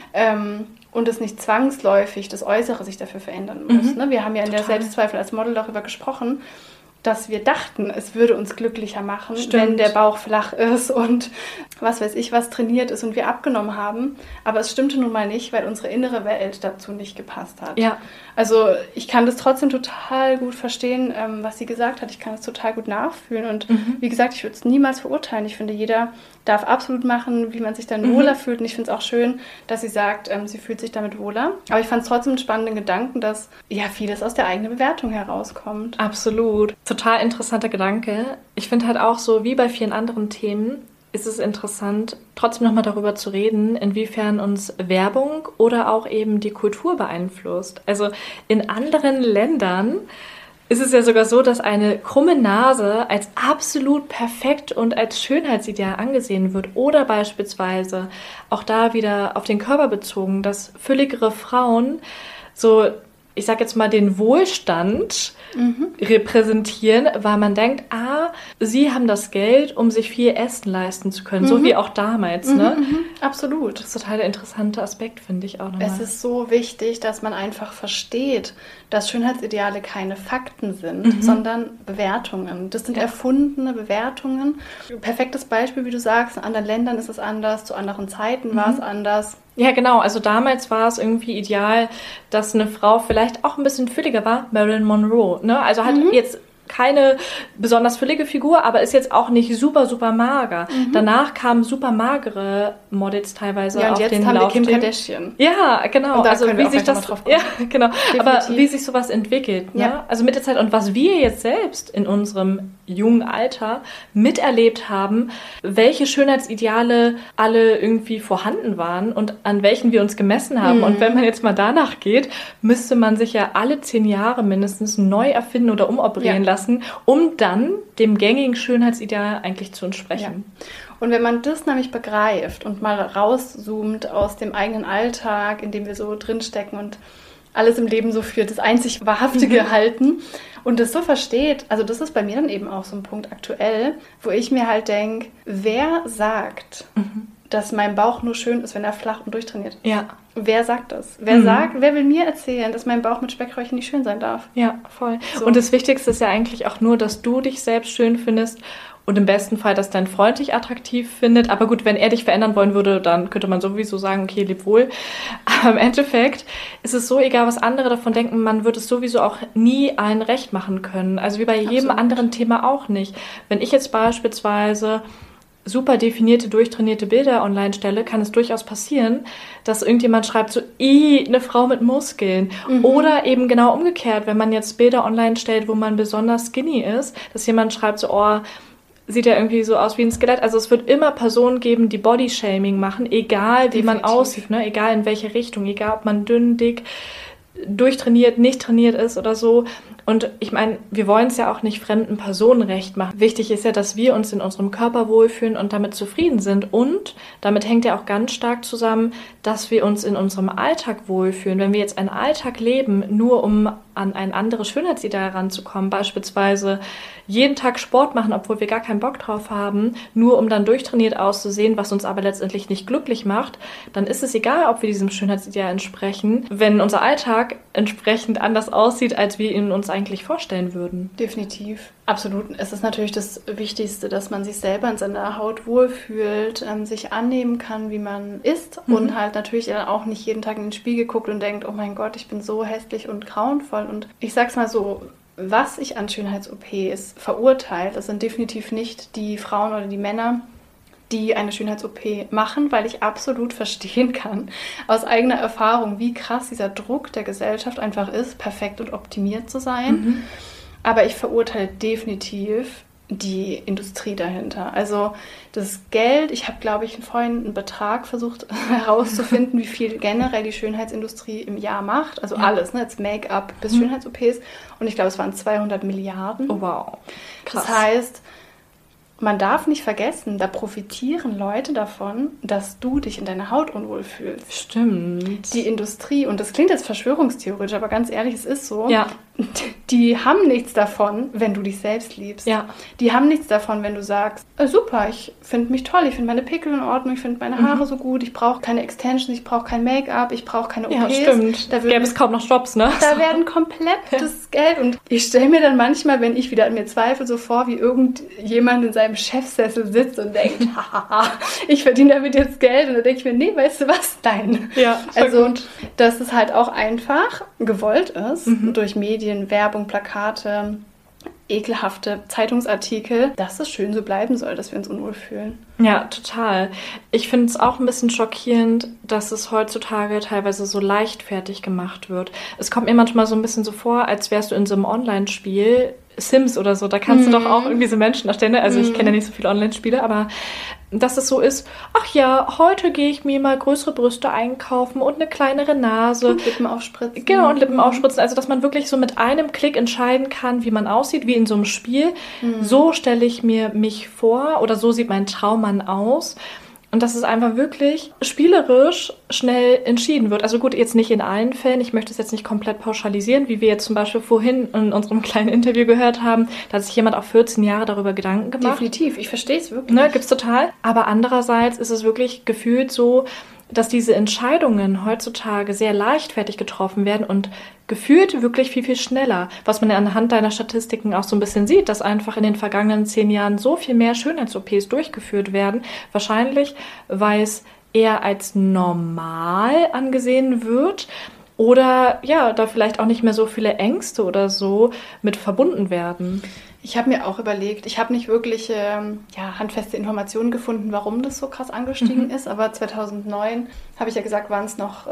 Und es nicht zwangsläufig das Äußere sich dafür verändern muss. Ne? Wir haben ja in der Selbstzweifel als Model darüber gesprochen, dass wir dachten, es würde uns glücklicher machen, wenn der Bauch flach ist und was weiß ich, was trainiert ist und wir abgenommen haben. Aber es stimmte nun mal nicht, weil unsere innere Welt dazu nicht gepasst hat. Ja. Also ich kann das trotzdem total gut verstehen, was sie gesagt hat. Ich kann es total gut nachfühlen. Und wie gesagt, ich würde es niemals verurteilen. Ich finde, jeder darf absolut machen, wie man sich dann wohler fühlt. Und ich finde es auch schön, dass sie sagt, sie fühlt sich damit wohler. Aber ich fand es trotzdem einen spannenden Gedanken, dass ja vieles aus der eigenen Bewertung herauskommt. Absolut. Total interessanter Gedanke. Ich finde halt auch so, wie bei vielen anderen Themen, ist es interessant, trotzdem nochmal darüber zu reden, inwiefern uns Werbung oder auch eben die Kultur beeinflusst. Also in anderen Ländern ist es ja sogar so, dass eine krumme Nase als absolut perfekt und als Schönheitsideal angesehen wird. Oder beispielsweise auch da wieder auf den Körper bezogen, dass fülligere Frauen so, ich sag jetzt mal, den Wohlstand repräsentieren, weil man denkt, sie haben das Geld, um sich viel Essen leisten zu können, so wie auch damals. Ne? Absolut. Das ist total der interessante Aspekt, finde ich auch nochmal. Es ist so wichtig, dass man einfach versteht, dass Schönheitsideale keine Fakten sind, sondern Bewertungen. Das sind erfundene Bewertungen. Perfektes Beispiel, wie du sagst, in anderen Ländern ist es anders, zu anderen Zeiten war es anders. Ja, genau. Also damals war es irgendwie ideal, dass eine Frau vielleicht auch ein bisschen fülliger war. Marilyn Monroe, ne? Also hat jetzt keine besonders füllige Figur, aber ist jetzt auch nicht super, super mager. Danach kamen super magere Models teilweise auf den Laufsteg. Ja, und jetzt haben wir Kim Kardashian. Ja, genau. Und da also wie sich das drauf kommen. Ja, genau. Definitiv. Aber wie sich sowas entwickelt, ne? Ja. Also mit der Zeit und was wir jetzt selbst in unserem jungen Alter miterlebt haben, welche Schönheitsideale alle irgendwie vorhanden waren und an welchen wir uns gemessen haben. Und wenn man jetzt mal danach geht, müsste man sich ja alle 10 Jahre mindestens neu erfinden oder umoperieren lassen, um dann dem gängigen Schönheitsideal eigentlich zu entsprechen. Ja. Und wenn man das nämlich begreift und mal rauszoomt aus dem eigenen Alltag, in dem wir so drinstecken und alles im Leben so für das einzig Wahrhaftige halten und das so versteht, also das ist bei mir dann eben auch so ein Punkt aktuell, wo ich mir halt denke, wer sagt, dass mein Bauch nur schön ist, wenn er flach und durchtrainiert ist? Ja. Wer sagt das? Wer will mir erzählen, dass mein Bauch mit Speckröllchen nicht schön sein darf? Ja, voll. So. Und das Wichtigste ist ja eigentlich auch nur, dass du dich selbst schön findest und im besten Fall, dass dein Freund dich attraktiv findet. Aber gut, wenn er dich verändern wollen würde, dann könnte man sowieso sagen, okay, leb wohl. Aber im Endeffekt ist es so egal, was andere davon denken, man wird es sowieso auch nie allen recht machen können. Also wie bei jedem anderen Thema auch nicht. Wenn ich jetzt beispielsweise super definierte, durchtrainierte Bilder online stelle, kann es durchaus passieren, dass irgendjemand schreibt so, eine Frau mit Muskeln. Oder eben genau umgekehrt, wenn man jetzt Bilder online stellt, wo man besonders skinny ist, dass jemand schreibt so, sieht ja irgendwie so aus wie ein Skelett. Also es wird immer Personen geben, die Bodyshaming machen, egal wie man aussieht, ne? Egal in welche Richtung, egal ob man dünn, dick, durchtrainiert, nicht trainiert ist oder so. Und ich meine, wir wollen es ja auch nicht fremden Personen recht machen. Wichtig ist ja, dass wir uns in unserem Körper wohlfühlen und damit zufrieden sind. Und damit hängt ja auch ganz stark zusammen, dass wir uns in unserem Alltag wohlfühlen. Wenn wir jetzt einen Alltag leben, nur um an ein anderes Schönheitsideal ranzukommen, beispielsweise jeden Tag Sport machen, obwohl wir gar keinen Bock drauf haben, nur um dann durchtrainiert auszusehen, was uns aber letztendlich nicht glücklich macht, dann ist es egal, ob wir diesem Schönheitsideal entsprechen, wenn unser Alltag entsprechend anders aussieht, als wir ihn uns eigentlich vorstellen würden. Definitiv. Absolut. Es ist natürlich das Wichtigste, dass man sich selber in seiner Haut wohlfühlt, sich annehmen kann, wie man ist und halt natürlich dann auch nicht jeden Tag in den Spiegel guckt und denkt, oh mein Gott, ich bin so hässlich und grauenvoll. Und ich sag's mal so, was ich an Schönheits-OPs verurteile, das sind definitiv nicht die Frauen oder die Männer, die eine Schönheits-OP machen, weil ich absolut verstehen kann, aus eigener Erfahrung, wie krass dieser Druck der Gesellschaft einfach ist, perfekt und optimiert zu sein. Aber ich verurteile definitiv die Industrie dahinter. Also das Geld, ich habe, glaube ich, vorhin einen Betrag versucht herauszufinden, wie viel generell die Schönheitsindustrie im Jahr macht. Also alles, ne, jetzt Make-up bis Schönheits-OPs. Und ich glaube, es waren 200 Milliarden. Oh wow, krass. Das heißt, man darf nicht vergessen, da profitieren Leute davon, dass du dich in deiner Haut unwohl fühlst. Stimmt. Die Industrie, und das klingt jetzt verschwörungstheoretisch, aber ganz ehrlich, es ist so, ja. Die haben nichts davon, wenn du dich selbst liebst. Ja. Die haben nichts davon, wenn du sagst, super, ich finde mich toll, ich finde meine Pickel in Ordnung, ich finde meine Haare so gut, ich brauche keine Extensions, ich brauche kein Make-up, ich brauche keine OPs. Ja, stimmt. Da gäbe es kaum noch Jobs, ne? Da werden komplett das Geld. Und ich stelle mir dann manchmal, wenn ich wieder an mir zweifle, so vor, wie irgendjemand in seinem Chefsessel sitzt und denkt, hahaha, ich verdiene damit jetzt Geld. Und dann denke ich mir, nee, weißt du was? Nein. Ja, also, dass es halt auch einfach gewollt ist, durch Medien, Werbung, Plakate, ekelhafte Zeitungsartikel, dass es schön so bleiben soll, dass wir uns unwohl fühlen. Ja, total. Ich finde es auch ein bisschen schockierend, dass es heutzutage teilweise so leichtfertig gemacht wird. Es kommt mir manchmal so ein bisschen so vor, als wärst du in so einem Online-Spiel, Sims oder so, da kannst du doch auch irgendwie so Menschen erstellen. Also ich kenne ja nicht so viele Online-Spiele, aber dass es so ist, ach ja, heute gehe ich mir mal größere Brüste einkaufen und eine kleinere Nase. Und Lippen aufspritzen. Genau, und Lippen aufspritzen. Also dass man wirklich so mit einem Klick entscheiden kann, wie man aussieht, wie in so einem Spiel. So stelle ich mir mich vor oder so sieht mein Traummann aus. Und dass es einfach wirklich spielerisch schnell entschieden wird. Also gut, jetzt nicht in allen Fällen. Ich möchte es jetzt nicht komplett pauschalisieren, wie wir jetzt zum Beispiel vorhin in unserem kleinen Interview gehört haben. Da hat sich jemand auch 14 Jahre darüber Gedanken gemacht. Definitiv, ich verstehe es wirklich. Ne, gibt's total. Aber andererseits ist es wirklich gefühlt so, dass diese Entscheidungen heutzutage sehr leichtfertig getroffen werden und gefühlt wirklich viel, viel schneller. Was man ja anhand deiner Statistiken auch so ein bisschen sieht, dass einfach in den vergangenen 10 Jahren so viel mehr Schönheits-OPs durchgeführt werden. Wahrscheinlich, weil es eher als normal angesehen wird oder ja, da vielleicht auch nicht mehr so viele Ängste oder so mit verbunden werden. Ich habe mir auch überlegt, ich habe nicht wirklich handfeste Informationen gefunden, warum das so krass angestiegen ist, aber 2009, habe ich ja gesagt, waren es noch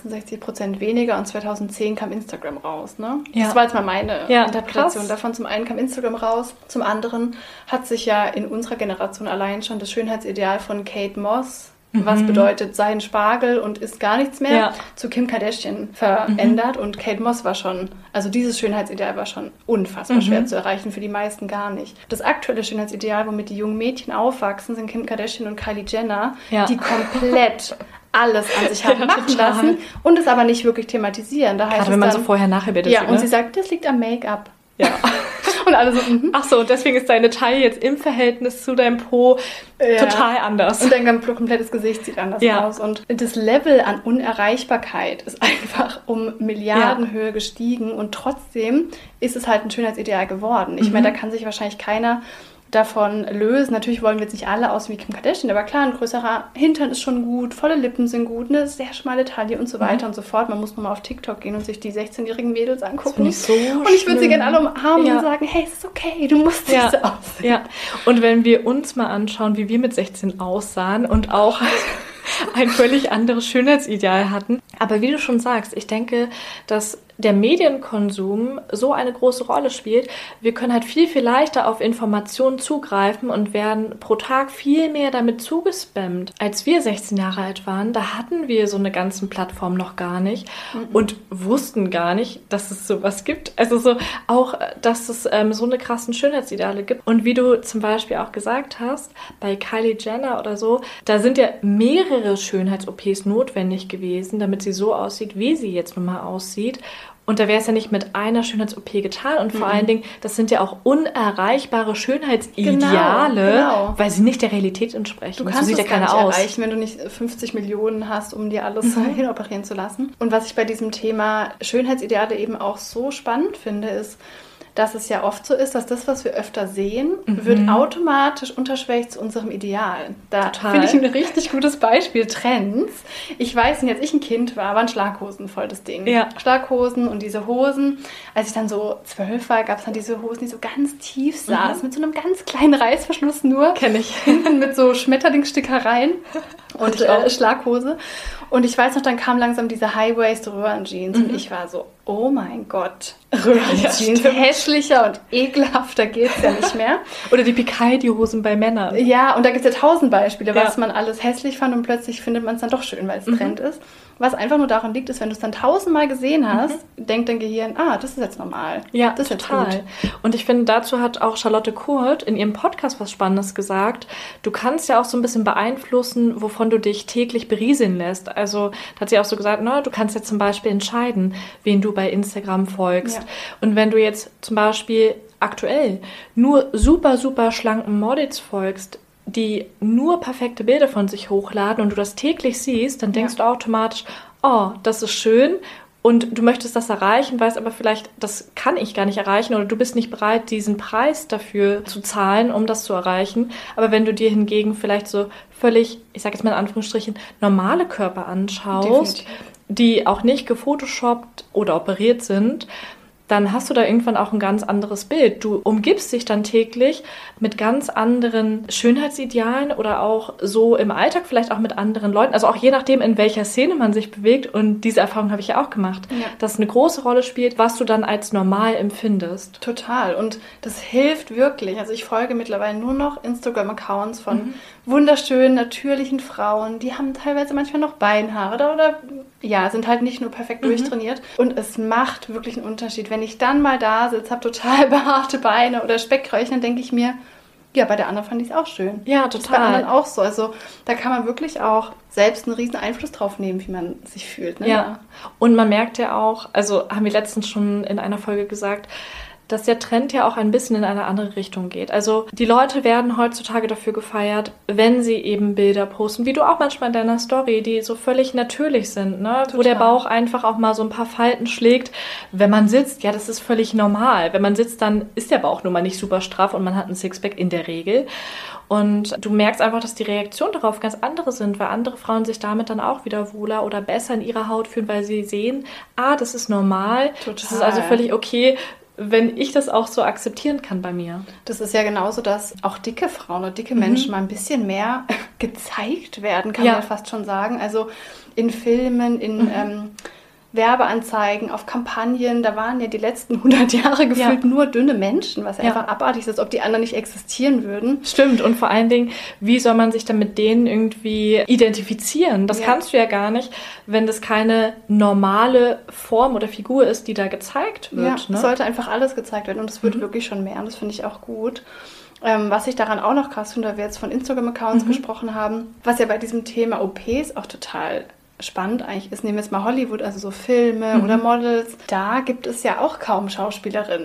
66% weniger und 2010 kam Instagram raus. Ne? Ja. Das war jetzt mal meine Interpretation davon. Zum einen kam Instagram raus, zum anderen hat sich ja in unserer Generation allein schon das Schönheitsideal von Kate Moss, was bedeutet, sei ein Spargel und isst gar nichts mehr, zu Kim Kardashian verändert. Und Kate Moss war schon, also dieses Schönheitsideal war schon unfassbar schwer zu erreichen, für die meisten gar nicht. Das aktuelle Schönheitsideal, womit die jungen Mädchen aufwachsen, sind Kim Kardashian und Kylie Jenner, die komplett alles an sich haben machen lassen und es aber nicht wirklich thematisieren. Da heißt gerade wenn man so vorher-nachher-Bilder sieht. Ja, und sie sagt, das liegt am Make-up. Ja. Und alle so, Ach so, und deswegen ist deine Taille jetzt im Verhältnis zu deinem Po total anders. Und dein komplettes Gesicht sieht anders aus. Und das Level an Unerreichbarkeit ist einfach um Milliardenhöhe gestiegen und trotzdem ist es halt ein Schönheitsideal geworden. Ich meine, da kann sich wahrscheinlich keiner davon lösen. Natürlich wollen wir jetzt nicht alle aussehen wie Kim Kardashian, aber klar, ein größerer Hintern ist schon gut, volle Lippen sind gut, eine sehr schmale Taille und so weiter und so fort. Man muss nur mal auf TikTok gehen und sich die 16-jährigen Mädels angucken. Das finde ich so und ich würde sie gerne alle umarmen Ja. und sagen, hey, es ist okay, du musst nicht so aussehen. Ja, und wenn wir uns mal anschauen, wie wir mit 16 aussahen und auch ein völlig anderes Schönheitsideal hatten. Aber wie du schon sagst, ich denke, dass der Medienkonsum so eine große Rolle spielt. Wir können halt viel, viel leichter auf Informationen zugreifen und werden pro Tag viel mehr damit zugespammt. Als wir 16 Jahre alt waren, da hatten wir so eine ganzen Plattform noch gar nicht und wussten gar nicht, dass es sowas gibt. Also so auch, dass es so eine krassen Schönheitsideale gibt. Und wie du zum Beispiel auch gesagt hast, bei Kylie Jenner oder so, da sind ja mehrere Schönheits-OPs notwendig gewesen, damit sie so aussieht, wie sie jetzt nun mal aussieht. Und da wäre es ja nicht mit einer Schönheits-OP getan. Und vor allen Dingen, das sind ja auch unerreichbare Schönheitsideale, Genau. weil sie nicht der Realität entsprechen. Du kannst so sieht es ja gar keiner nicht aus. erreichen, wenn du nicht 50 Millionen hast, um dir alles hinoperieren zu lassen. Und was ich bei diesem Thema Schönheitsideale eben auch so spannend finde, ist, dass es ja oft so ist, dass das, was wir öfter sehen, wird automatisch unterschwellig zu unserem Ideal. Da finde ich ein richtig gutes Beispiel. Trends. Ich weiß nicht, als ich ein Kind war, waren Schlaghosen voll das Ding. Ja. Schlaghosen und diese Hosen. Als ich dann so 12 war, gab es dann diese Hosen, die so ganz tief saßen, mit so einem ganz kleinen Reißverschluss nur. Kenn ich. Hinten mit so Schmetterlingsstickereien und Schlaghose. Und ich weiß noch, dann kam langsam diese High-Waist-Röhrenjeans und ich war so, oh mein Gott, Röhrenjeans, hässlicher und ekelhafter geht's ja nicht mehr. Oder die Picaldi-Hosen bei Männern. Ja, und da gibt es ja 1000 Beispiele, was Ja. man alles hässlich fand und plötzlich findet man es dann doch schön, weil es Trend ist. Was einfach nur daran liegt, ist, wenn du es dann 1000-mal gesehen hast, denkt dein Gehirn, das ist jetzt normal. Ja, das ist jetzt total. gut. Und ich finde, dazu hat auch Charlotte Kurt in ihrem Podcast was Spannendes gesagt. Du kannst ja auch so ein bisschen beeinflussen, wovon du dich täglich berieseln lässt. Also da hat sie auch so gesagt, du kannst jetzt zum Beispiel entscheiden, wen du bei Instagram folgst. Ja. Und wenn du jetzt zum Beispiel aktuell nur super, super schlanken Models folgst, die nur perfekte Bilder von sich hochladen und du das täglich siehst, dann denkst du automatisch, oh, das ist schön und du möchtest das erreichen, weißt aber vielleicht, das kann ich gar nicht erreichen oder du bist nicht bereit, diesen Preis dafür zu zahlen, um das zu erreichen. Aber wenn du dir hingegen vielleicht so völlig, ich sage jetzt mal in Anführungsstrichen, normale Körper anschaust, Definitiv. die auch nicht gefotoshoppt oder operiert sind, dann hast du da irgendwann auch ein ganz anderes Bild. Du umgibst dich dann täglich mit ganz anderen Schönheitsidealen oder auch so im Alltag vielleicht auch mit anderen Leuten. Also auch je nachdem, in welcher Szene man sich bewegt. Und diese Erfahrung habe ich ja auch gemacht, dass eine große Rolle spielt, was du dann als normal empfindest. Total. Und das hilft wirklich. Also ich folge mittlerweile nur noch Instagram-Accounts von wunderschönen, natürlichen Frauen. Die haben teilweise manchmal noch Beinhaare oder sind halt nicht nur perfekt durchtrainiert. Und es macht wirklich einen Unterschied. Wenn ich dann mal da sitze, habe total behaarte Beine oder Speckröllchen, dann denke ich mir, ja, bei der anderen fand ich es auch schön. Ja, Das ist bei total. anderen auch so. Also da kann man wirklich auch selbst einen riesen Einfluss drauf nehmen, wie man sich fühlt. Ne? Ja, und man merkt ja auch, also haben wir letztens schon in einer Folge gesagt, dass der Trend ja auch ein bisschen in eine andere Richtung geht. Also die Leute werden heutzutage dafür gefeiert, wenn sie eben Bilder posten, wie du auch manchmal in deiner Story, die so völlig natürlich sind, ne? Wo der Bauch einfach auch mal so ein paar Falten schlägt. Wenn man sitzt, ja, das ist völlig normal. Wenn man sitzt, dann ist der Bauch nun mal nicht super straff und man hat ein Sixpack in der Regel. Und du merkst einfach, dass die Reaktionen darauf ganz andere sind, weil andere Frauen sich damit dann auch wieder wohler oder besser in ihrer Haut fühlen, weil sie sehen, das ist normal, Total. das ist also völlig okay, wenn ich das auch so akzeptieren kann bei mir. Das ist ja genauso, dass auch dicke Frauen oder dicke Menschen mal ein bisschen mehr gezeigt werden, kann man ja fast schon sagen. Also in Filmen, in Werbeanzeigen, auf Kampagnen, da waren ja die letzten 100 Jahre gefühlt nur dünne Menschen, was einfach abartig ist, als ob die anderen nicht existieren würden. Stimmt, und vor allen Dingen, wie soll man sich dann mit denen irgendwie identifizieren? Das kannst du ja gar nicht, wenn das keine normale Form oder Figur ist, die da gezeigt wird. Ja, es sollte einfach alles gezeigt werden und es wird wirklich schon mehr und das finde ich auch gut. Was ich daran auch noch krass finde, weil wir jetzt von Instagram-Accounts gesprochen haben, was ja bei diesem Thema OPs auch total spannend eigentlich ist, nehmen wir jetzt mal Hollywood, also so Filme oder Models, da gibt es ja auch kaum Schauspielerinnen.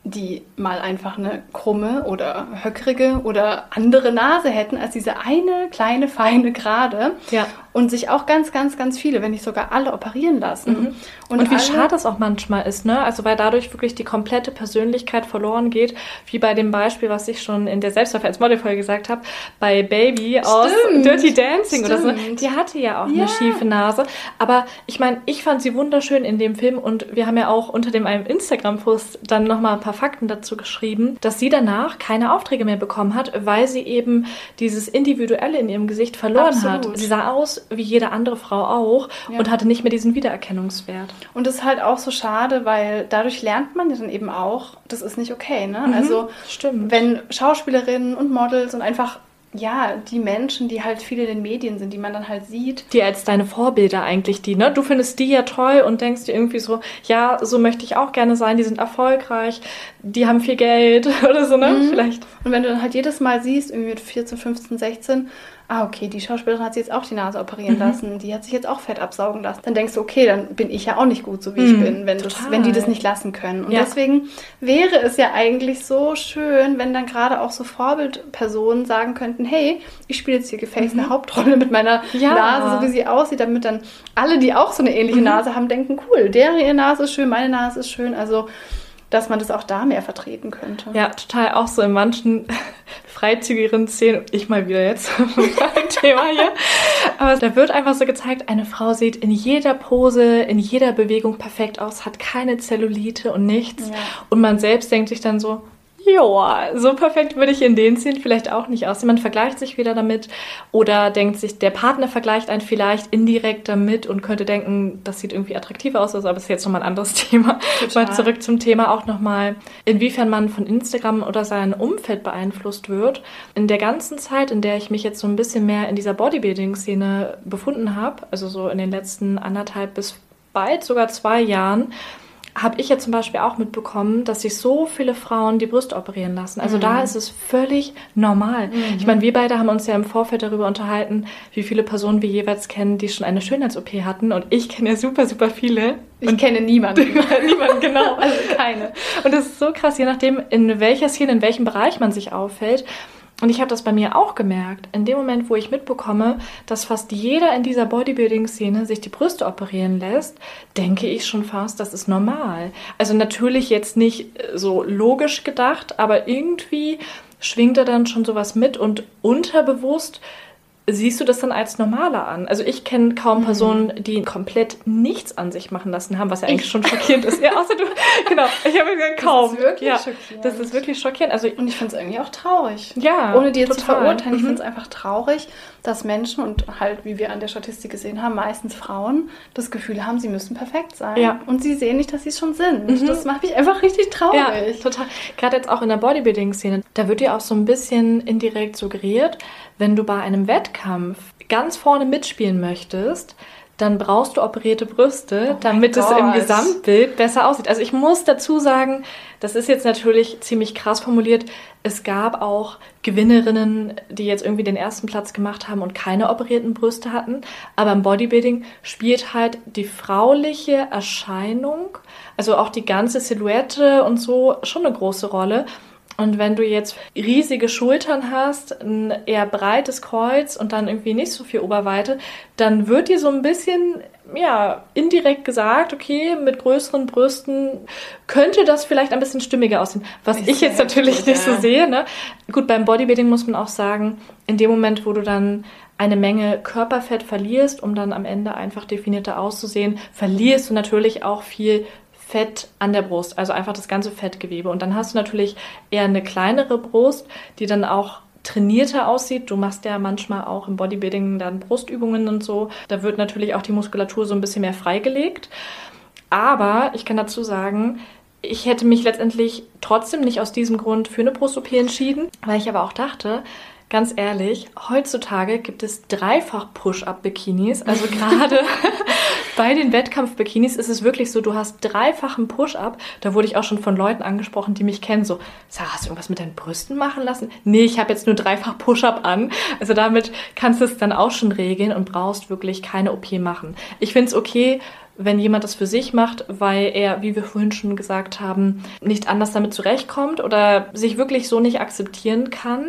die mal einfach eine krumme oder höckrige oder andere Nase hätten als diese eine kleine, feine Gerade. Ja. Und sich auch ganz, ganz, ganz viele, wenn nicht sogar alle, operieren lassen. Und wie schade es auch manchmal ist, ne? Also weil dadurch wirklich die komplette Persönlichkeit verloren geht, wie bei dem Beispiel, was ich schon in der Selbsthilfe als Modelfolge gesagt habe, bei Baby aus Dirty Dancing oder so. Die hatte ja auch eine schiefe Nase. Aber ich meine, ich fand sie wunderschön in dem Film und wir haben ja auch unter dem einem Instagram-Post dann nochmal ein paar Fakten dazu geschrieben, dass sie danach keine Aufträge mehr bekommen hat, weil sie eben dieses Individuelle in ihrem Gesicht verloren hat. Sie sah aus wie jede andere Frau auch und hatte nicht mehr diesen Wiedererkennungswert. Und das ist halt auch so schade, weil dadurch lernt man ja dann eben auch, das ist nicht okay, ne? Also stimmt. Wenn Schauspielerinnen und Models und einfach die Menschen, die halt viel in den Medien sind, die man dann halt sieht. Die als deine Vorbilder eigentlich, ne? Du findest die ja toll und denkst dir irgendwie so, ja, so möchte ich auch gerne sein, die sind erfolgreich, die haben viel Geld oder so, ne? Vielleicht. Und wenn du dann halt jedes Mal siehst, irgendwie mit 14, 15, 16, okay, die Schauspielerin hat sich jetzt auch die Nase operieren lassen, die hat sich jetzt auch Fett absaugen lassen. Dann denkst du, okay, dann bin ich ja auch nicht gut, so wie ich bin, wenn die das nicht lassen können. Und deswegen wäre es ja eigentlich so schön, wenn dann gerade auch so Vorbildpersonen sagen könnten, hey, ich spiele jetzt hier gefälligst eine Hauptrolle mit meiner Nase, so wie sie aussieht, damit dann alle, die auch so eine ähnliche Nase haben, denken, cool, ihre Nase ist schön, meine Nase ist schön, also dass man das auch da mehr vertreten könnte. Ja, total. Auch so in manchen freizügigeren Szenen, ich mal wieder jetzt ein Thema hier, aber da wird einfach so gezeigt, eine Frau sieht in jeder Pose, in jeder Bewegung perfekt aus, hat keine Zellulite und nichts und man selbst denkt sich dann so, joa, so perfekt würde ich in den Szenen vielleicht auch nicht aussehen. Man vergleicht sich wieder damit oder denkt sich, der Partner vergleicht einen vielleicht indirekt damit und könnte denken, das sieht irgendwie attraktiver aus, aber das ist jetzt nochmal ein anderes Thema. Mal zurück zum Thema auch nochmal, inwiefern man von Instagram oder seinem Umfeld beeinflusst wird. In der ganzen Zeit, in der ich mich jetzt so ein bisschen mehr in dieser Bodybuilding-Szene befunden habe, also so in den letzten 1,5 bis bald sogar 2 Jahren, habe ich ja zum Beispiel auch mitbekommen, dass sich so viele Frauen die Brüste operieren lassen. Also da ist es völlig normal. Ich meine, wir beide haben uns ja im Vorfeld darüber unterhalten, wie viele Personen wir jeweils kennen, die schon eine Schönheits-OP hatten. Und ich kenne ja super, super viele. Ich kenne niemanden. Niemanden, genau. Also keine. Und das ist so krass, je nachdem, in welcher Szene, in welchem Bereich man sich auffällt. Und ich habe das bei mir auch gemerkt. In dem Moment, wo ich mitbekomme, dass fast jeder in dieser Bodybuilding-Szene sich die Brüste operieren lässt, denke ich schon fast, das ist normal. Also natürlich jetzt nicht so logisch gedacht, aber irgendwie schwingt da dann schon sowas mit und unterbewusst siehst du das dann als normaler an? Also ich kenne kaum Personen, die komplett nichts an sich machen lassen haben, was ja eigentlich schon schockierend ist. Ja, außer du, genau. Ich habe gesagt, kaum. Das ist wirklich schockierend. Das ist wirklich schockierend. Also, und ich finde es irgendwie auch traurig. Ja, ohne dir zu verurteilen. Ich finde es einfach traurig, dass Menschen und halt, wie wir an der Statistik gesehen haben, meistens Frauen das Gefühl haben, sie müssen perfekt sein. Ja. Und sie sehen nicht, dass sie es schon sind. Das macht mich einfach richtig traurig. Ja, total. Gerade jetzt auch in der Bodybuilding-Szene, da wird dir auch so ein bisschen indirekt suggeriert, wenn du bei einem Wettkampf ganz vorne mitspielen möchtest, dann brauchst du operierte Brüste, damit es im Gesamtbild besser aussieht. Also ich muss dazu sagen, das ist jetzt natürlich ziemlich krass formuliert. Es gab auch Gewinnerinnen, die jetzt irgendwie den ersten Platz gemacht haben und keine operierten Brüste hatten. Aber im Bodybuilding spielt halt die frauliche Erscheinung, also auch die ganze Silhouette und so, schon eine große Rolle. Und wenn du jetzt riesige Schultern hast, ein eher breites Kreuz und dann irgendwie nicht so viel Oberweite, dann wird dir so ein bisschen, indirekt gesagt, okay, mit größeren Brüsten könnte das vielleicht ein bisschen stimmiger aussehen. Was ich jetzt natürlich nicht so sehe, ne? Gut, beim Bodybuilding muss man auch sagen, in dem Moment, wo du dann eine Menge Körperfett verlierst, um dann am Ende einfach definierter auszusehen, verlierst du natürlich auch viel Fett an der Brust, also einfach das ganze Fettgewebe. Und dann hast du natürlich eher eine kleinere Brust, die dann auch trainierter aussieht. Du machst ja manchmal auch im Bodybuilding dann Brustübungen und so. Da wird natürlich auch die Muskulatur so ein bisschen mehr freigelegt. Aber ich kann dazu sagen, ich hätte mich letztendlich trotzdem nicht aus diesem Grund für eine Brust-OP entschieden, weil ich aber auch dachte, ganz ehrlich, heutzutage gibt es 3-fach Push-Up-Bikinis. Also gerade bei den Wettkampf-Bikinis ist es wirklich so, du hast 3-fachen Push-Up. Da wurde ich auch schon von Leuten angesprochen, die mich kennen. So, Sarah, hast du irgendwas mit deinen Brüsten machen lassen? Nee, ich habe jetzt nur 3-fach Push-Up an. Also damit kannst du es dann auch schon regeln und brauchst wirklich keine OP machen. Ich finde es okay, wenn jemand das für sich macht, weil er, wie wir vorhin schon gesagt haben, nicht anders damit zurechtkommt oder sich wirklich so nicht akzeptieren kann.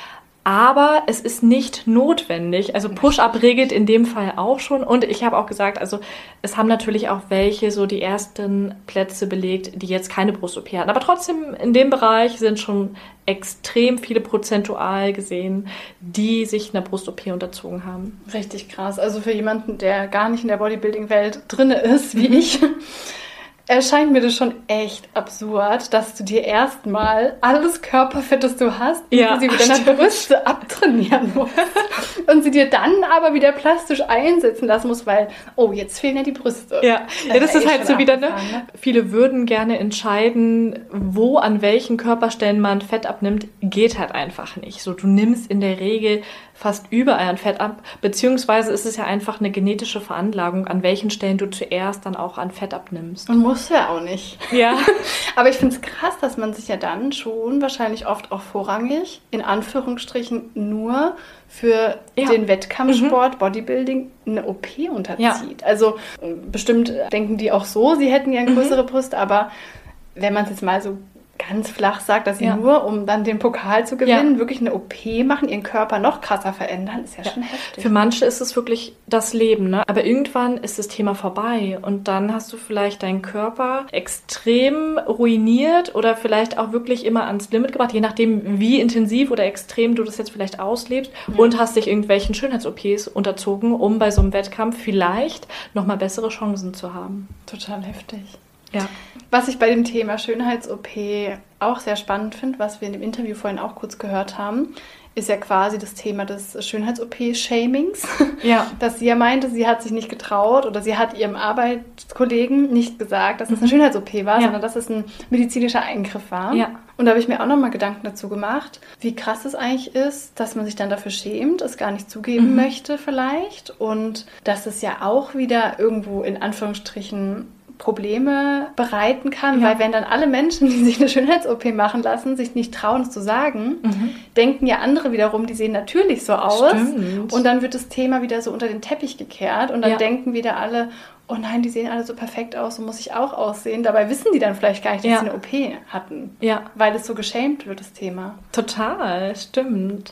Aber es ist nicht notwendig. Also Push-Up regelt in dem Fall auch schon. Und ich habe auch gesagt, also es haben natürlich auch welche so die ersten Plätze belegt, die jetzt keine Brust-OP hatten. Aber trotzdem in dem Bereich sind schon extrem viele prozentual gesehen, die sich einer Brust-OP unterzogen haben. Richtig krass. Also für jemanden, der gar nicht in der Bodybuilding-Welt drin ist, wie ich, erscheint mir das schon echt absurd, dass du dir erstmal alles Körperfett, das du hast, inklusive deiner Brüste abtrainieren musst und sie dir dann aber wieder plastisch einsetzen lassen musst, weil, jetzt fehlen ja die Brüste. Ja, das ist halt so wieder, ne? Viele würden gerne entscheiden, wo an welchen Körperstellen man Fett abnimmt, geht halt einfach nicht. So, du nimmst in der Regel fast überall an Fett ab, beziehungsweise ist es ja einfach eine genetische Veranlagung, an welchen Stellen du zuerst dann auch an Fett abnimmst. Und musst ja auch nicht. Ja. Aber ich finde es krass, dass man sich ja dann schon wahrscheinlich oft auch vorrangig, in Anführungsstrichen, nur für den Wettkampfsport, Bodybuilding, eine OP unterzieht. Ja. Also bestimmt denken die auch so, sie hätten gern größere Brüste, aber wenn man es jetzt mal so ganz flach sagt, dass sie nur, um dann den Pokal zu gewinnen, wirklich eine OP machen, ihren Körper noch krasser verändern, ist ja schon heftig. Für manche ist es wirklich das Leben, ne? Aber irgendwann ist das Thema vorbei und dann hast du vielleicht deinen Körper extrem ruiniert oder vielleicht auch wirklich immer ans Limit gebracht, je nachdem, wie intensiv oder extrem du das jetzt vielleicht auslebst und hast dich irgendwelchen Schönheits-OPs unterzogen, um bei so einem Wettkampf vielleicht nochmal bessere Chancen zu haben. Total heftig. Ja. Was ich bei dem Thema Schönheits-OP auch sehr spannend finde, was wir in dem Interview vorhin auch kurz gehört haben, ist ja quasi das Thema des Schönheits-OP-Shamings. Ja. Dass sie ja meinte, sie hat sich nicht getraut oder sie hat ihrem Arbeitskollegen nicht gesagt, dass es eine Schönheits-OP war, sondern dass es ein medizinischer Eingriff war. Ja. Und da habe ich mir auch nochmal Gedanken dazu gemacht, wie krass es eigentlich ist, dass man sich dann dafür schämt, es gar nicht zugeben möchte vielleicht und dass es ja auch wieder irgendwo in Anführungsstrichen Probleme bereiten kann, weil wenn dann alle Menschen, die sich eine Schönheits-OP machen lassen, sich nicht trauen, es zu sagen, denken ja andere wiederum, die sehen natürlich so aus. Stimmt. Und dann wird das Thema wieder so unter den Teppich gekehrt und dann denken wieder alle, oh nein, die sehen alle so perfekt aus, so muss ich auch aussehen. Dabei wissen die dann vielleicht gar nicht, dass sie eine OP hatten, weil es so geschämt wird, das Thema. Total, stimmt.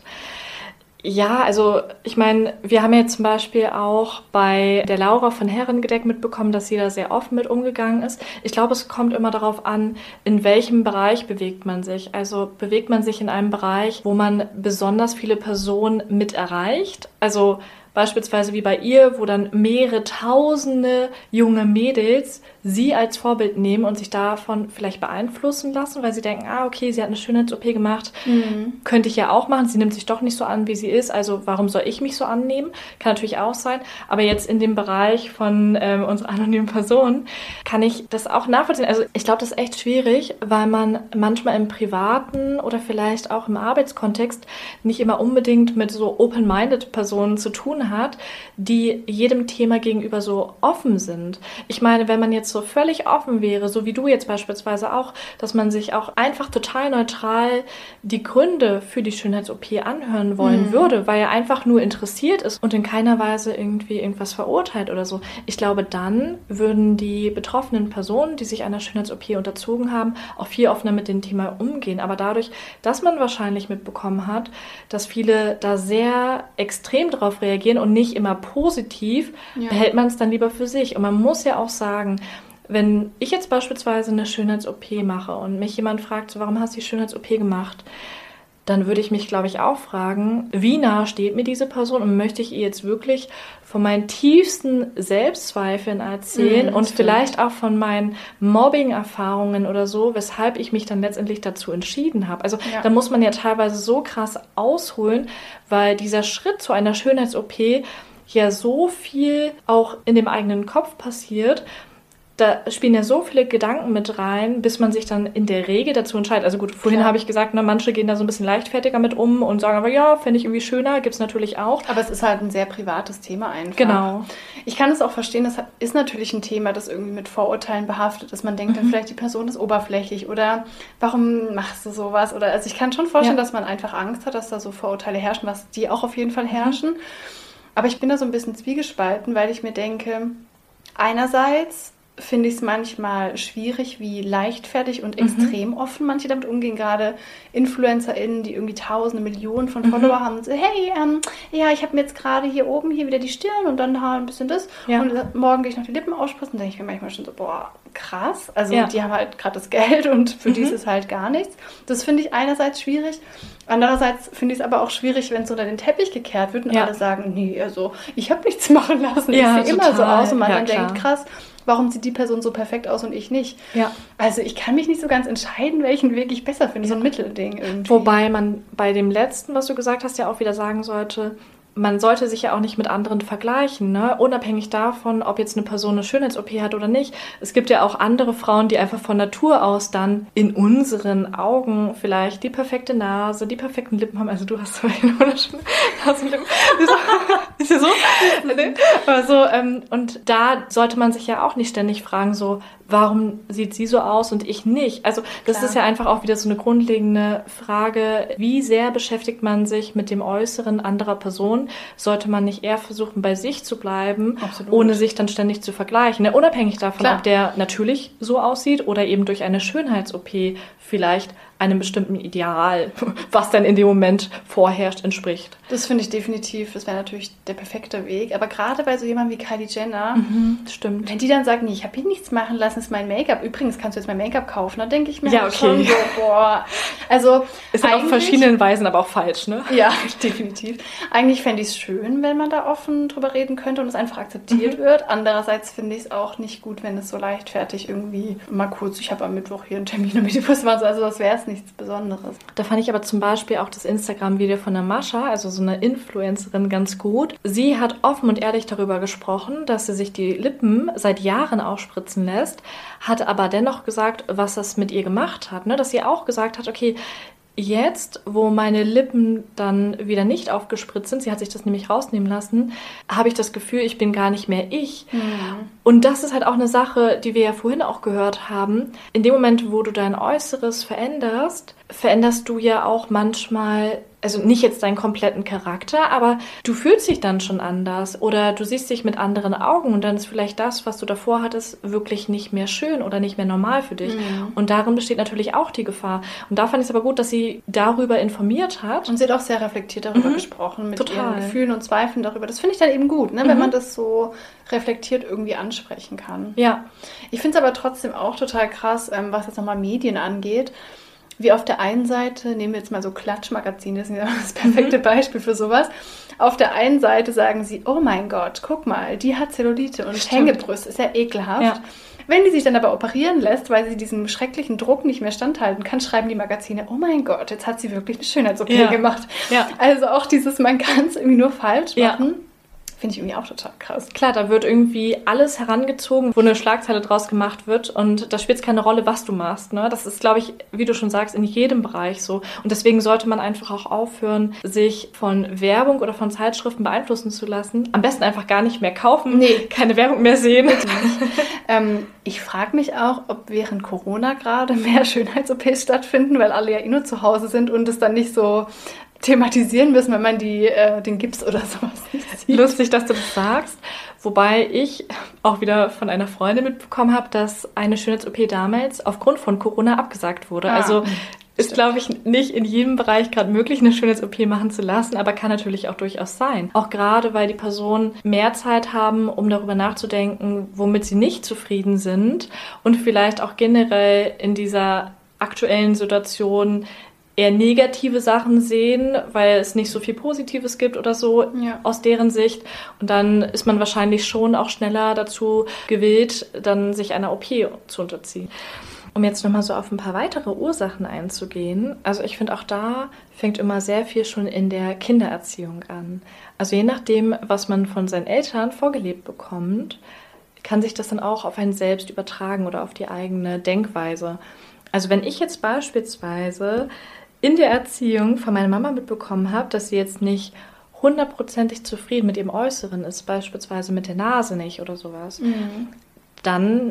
Ja, also ich meine, wir haben ja zum Beispiel auch bei der Laura von Herrengedeck mitbekommen, dass sie da sehr offen mit umgegangen ist. Ich glaube, es kommt immer darauf an, in welchem Bereich bewegt man sich. Also bewegt man sich in einem Bereich, wo man besonders viele Personen mit erreicht. Also beispielsweise wie bei ihr, wo dann mehrere tausende junge Mädels sie als Vorbild nehmen und sich davon vielleicht beeinflussen lassen, weil sie denken, okay, sie hat eine Schönheits-OP gemacht, könnte ich ja auch machen. Sie nimmt sich doch nicht so an, wie sie ist, also warum soll ich mich so annehmen? Kann natürlich auch sein. Aber jetzt in dem Bereich von unserer anonymen Person kann ich das auch nachvollziehen. Also ich glaube, das ist echt schwierig, weil man manchmal im privaten oder vielleicht auch im Arbeitskontext nicht immer unbedingt mit so open-minded Personen zu tun hat, die jedem Thema gegenüber so offen sind. Ich meine, wenn man jetzt so völlig offen wäre, so wie du jetzt beispielsweise auch, dass man sich auch einfach total neutral die Gründe für die Schönheits-OP anhören wollen würde, weil er einfach nur interessiert ist und in keiner Weise irgendwie irgendwas verurteilt oder so. Ich glaube, dann würden die betroffenen Personen, die sich einer Schönheits-OP unterzogen haben, auch viel offener mit dem Thema umgehen. Aber dadurch, dass man wahrscheinlich mitbekommen hat, dass viele da sehr extrem drauf reagieren und nicht immer positiv, behält man es dann lieber für sich. Und man muss ja auch sagen, wenn ich jetzt beispielsweise eine Schönheits-OP mache und mich jemand fragt, so, warum hast du die Schönheits-OP gemacht? Dann würde ich mich, glaube ich, auch fragen, wie nah steht mir diese Person und möchte ich ihr jetzt wirklich von meinen tiefsten Selbstzweifeln erzählen und vielleicht auch von meinen Mobbing-Erfahrungen oder so, weshalb ich mich dann letztendlich dazu entschieden habe. Also da muss man ja teilweise so krass ausholen, weil dieser Schritt zu einer Schönheits-OP ja so viel auch in dem eigenen Kopf passiert. Da spielen ja so viele Gedanken mit rein, bis man sich dann in der Regel dazu entscheidet. Also gut, vorhin habe ich gesagt, manche gehen da so ein bisschen leichtfertiger mit um und sagen aber, ja, fände ich irgendwie schöner, gibt es natürlich auch. Aber es ist halt ein sehr privates Thema einfach. Genau. Ich kann es auch verstehen, das ist natürlich ein Thema, das irgendwie mit Vorurteilen behaftet ist. Man denkt dann vielleicht, die Person ist oberflächlich oder warum machst du sowas? Oder also ich kann schon vorstellen, dass man einfach Angst hat, dass da so Vorurteile herrschen, was die auch auf jeden Fall herrschen. Aber ich bin da so ein bisschen zwiegespalten, weil ich mir denke, Einerseits finde ich es manchmal schwierig, wie leichtfertig und extrem offen manche damit umgehen, gerade InfluencerInnen, die irgendwie Tausende, Millionen von Follower haben und so, hey, ja, ich habe mir jetzt gerade hier oben wieder die Stirn und dann da ein bisschen das und morgen gehe ich noch die Lippen ausspritzen, denke ich mir manchmal schon so, boah, krass, also die haben halt gerade das Geld und für die ist es halt gar nichts. Das finde ich einerseits schwierig, andererseits finde ich es aber auch schwierig, wenn es unter den Teppich gekehrt wird und alle sagen, nee, also ich habe nichts machen lassen, ich sehe immer so aus und man dann denkt, krass, warum sieht die Person so perfekt aus und ich nicht? Ja. Also ich kann mich nicht so ganz entscheiden, welchen Weg ich besser finde, so ein Mittelding irgendwie. Wobei man bei dem letzten, was du gesagt hast, ja auch wieder sagen sollte, man sollte sich ja auch nicht mit anderen vergleichen, ne? Unabhängig davon, ob jetzt eine Person eine Schönheits-OP hat oder nicht. Es gibt ja auch andere Frauen, die einfach von Natur aus dann in unseren Augen vielleicht die perfekte Nase, die perfekten Lippen haben. Also du hast zum Beispiel eine wunderschöne Nasenlippen. Ist ja so? Aber so, und da sollte man sich ja auch nicht ständig fragen, so, warum sieht sie so aus und ich nicht? Also das ist ja einfach auch wieder so eine grundlegende Frage, wie sehr beschäftigt man sich mit dem Äußeren anderer Personen? Sollte man nicht eher versuchen, bei sich zu bleiben, ohne sich dann ständig zu vergleichen? Ja, unabhängig davon, ob der natürlich so aussieht oder eben durch eine Schönheits-OP vielleicht einem bestimmten Ideal, was dann in dem Moment vorherrscht, entspricht. Das finde ich definitiv, das wäre natürlich der perfekte Weg. Aber gerade bei so jemandem wie Kylie Jenner, stimmt. Wenn die dann sagt, nee, ich habe hier nichts machen lassen, ist mein Make-up. Übrigens kannst du jetzt mein Make-up kaufen. Dann denke ich mir schon so, boah. Also ist ja auf verschiedenen Weisen aber auch falsch, ne? Ja, definitiv. Eigentlich fände ich es schön, wenn man da offen drüber reden könnte und es einfach akzeptiert wird. Andererseits finde ich es auch nicht gut, wenn es so leichtfertig irgendwie mal kurz, ich habe am Mittwoch hier einen Termin und mir die Brüste machen. Also das wäre es nichts Besonderes. Da fand ich aber zum Beispiel auch das Instagram-Video von der Mascha, also so eine Influencerin, ganz gut. Sie hat offen und ehrlich darüber gesprochen, dass sie sich die Lippen seit Jahren aufspritzen lässt, hat aber dennoch gesagt, was das mit ihr gemacht hat. Ne? Dass sie auch gesagt hat, okay, jetzt, wo meine Lippen dann wieder nicht aufgespritzt sind, sie hat sich das nämlich rausnehmen lassen, habe ich das Gefühl, ich bin gar nicht mehr ich. Und das ist halt auch eine Sache, die wir ja vorhin auch gehört haben. In dem Moment, wo du dein Äußeres veränderst, veränderst du ja auch manchmal, also nicht jetzt deinen kompletten Charakter, aber du fühlst dich dann schon anders oder du siehst dich mit anderen Augen und dann ist vielleicht das, was du davor hattest, wirklich nicht mehr schön oder nicht mehr normal für dich. Und darin besteht natürlich auch die Gefahr. Und da fand ich es aber gut, dass sie darüber informiert hat. Und sie hat auch sehr reflektiert darüber gesprochen, mit ihren Gefühlen und Zweifeln darüber. Das finde ich dann eben gut, ne? Wenn man das so reflektiert irgendwie ansprechen kann. Ja. Ich finde es aber trotzdem auch total krass, was jetzt nochmal Medien angeht. Wie auf der einen Seite, nehmen wir jetzt mal so Klatschmagazine, das ist ja das perfekte Beispiel für sowas. Auf der einen Seite sagen sie, oh mein Gott, guck mal, die hat Zellulite und Hängebrüste, ist ja ekelhaft. Ja. Wenn die sich dann aber operieren lässt, weil sie diesem schrecklichen Druck nicht mehr standhalten kann, schreiben die Magazine, oh mein Gott, jetzt hat sie wirklich eine Schönheits-OP gemacht. Ja. Also auch dieses, man kann es irgendwie nur falsch machen. Finde ich irgendwie auch total krass. Klar, da wird irgendwie alles herangezogen, wo eine Schlagzeile draus gemacht wird und da spielt es keine Rolle, was du machst. Ne? Das ist, glaube ich, wie du schon sagst, in jedem Bereich so. Und deswegen sollte man einfach auch aufhören, sich von Werbung oder von Zeitschriften beeinflussen zu lassen. Am besten einfach gar nicht mehr kaufen, keine Werbung mehr sehen. Ich frage mich auch, ob während Corona gerade mehr Schönheits-OPs stattfinden, weil alle ja nur zu Hause sind und es dann nicht so thematisieren müssen, wenn man den Gips oder sowas nicht sieht. Lustig, dass du das sagst. Wobei ich auch wieder von einer Freundin mitbekommen habe, dass eine Schönheits-OP damals aufgrund von Corona abgesagt wurde. Also ist, glaube ich, nicht in jedem Bereich gerade möglich, eine Schönheits-OP machen zu lassen, aber kann natürlich auch durchaus sein. Auch gerade, weil die Personen mehr Zeit haben, um darüber nachzudenken, womit sie nicht zufrieden sind und vielleicht auch generell in dieser aktuellen Situation eher negative Sachen sehen, weil es nicht so viel Positives gibt oder so aus deren Sicht. Und dann ist man wahrscheinlich schon auch schneller dazu gewillt, dann sich einer OP zu unterziehen. Um jetzt nochmal so auf ein paar weitere Ursachen einzugehen. Also ich finde auch da fängt immer sehr viel schon in der Kindererziehung an. Also je nachdem, was man von seinen Eltern vorgelebt bekommt, kann sich das dann auch auf einen selbst übertragen oder auf die eigene Denkweise. Also wenn ich jetzt beispielsweise in der Erziehung von meiner Mama mitbekommen habe, dass sie jetzt nicht 100% zufrieden mit ihrem Äußeren ist, beispielsweise mit der Nase nicht oder sowas, dann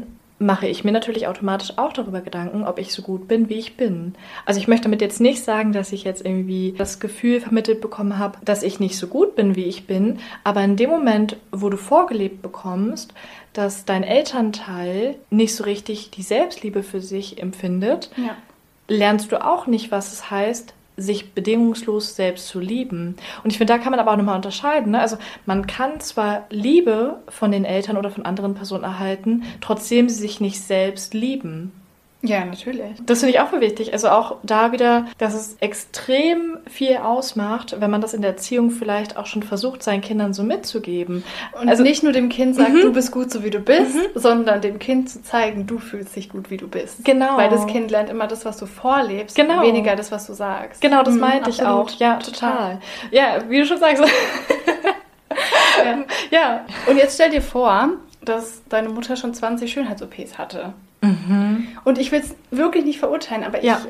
mache ich mir natürlich automatisch auch darüber Gedanken, ob ich so gut bin, wie ich bin. Also ich möchte damit jetzt nicht sagen, dass ich jetzt irgendwie das Gefühl vermittelt bekommen habe, dass ich nicht so gut bin, wie ich bin. Aber in dem Moment, wo du vorgelebt bekommst, dass dein Elternteil nicht so richtig die Selbstliebe für sich empfindet, lernst du auch nicht, was es heißt, sich bedingungslos selbst zu lieben. Und ich finde, da kann man aber auch nochmal unterscheiden. Ne? Also man kann zwar Liebe von den Eltern oder von anderen Personen erhalten, trotzdem sie sich nicht selbst lieben. Ja, natürlich. Das finde ich auch wichtig. Also auch da wieder, dass es extrem viel ausmacht, wenn man das in der Erziehung vielleicht auch schon versucht, seinen Kindern so mitzugeben. Und also nicht nur dem Kind sagt, du bist gut, so wie du bist, sondern dem Kind zu zeigen, du fühlst dich gut, wie du bist. Genau. Weil das Kind lernt immer das, was du vorlebst, weniger das, was du sagst. Genau, das meinte ich auch. Ja, total. Ja, wie du schon sagst. Ja. Und jetzt stell dir vor, dass deine Mutter schon 20 Schönheits-OPs hatte. Und ich will es wirklich nicht verurteilen, aber ich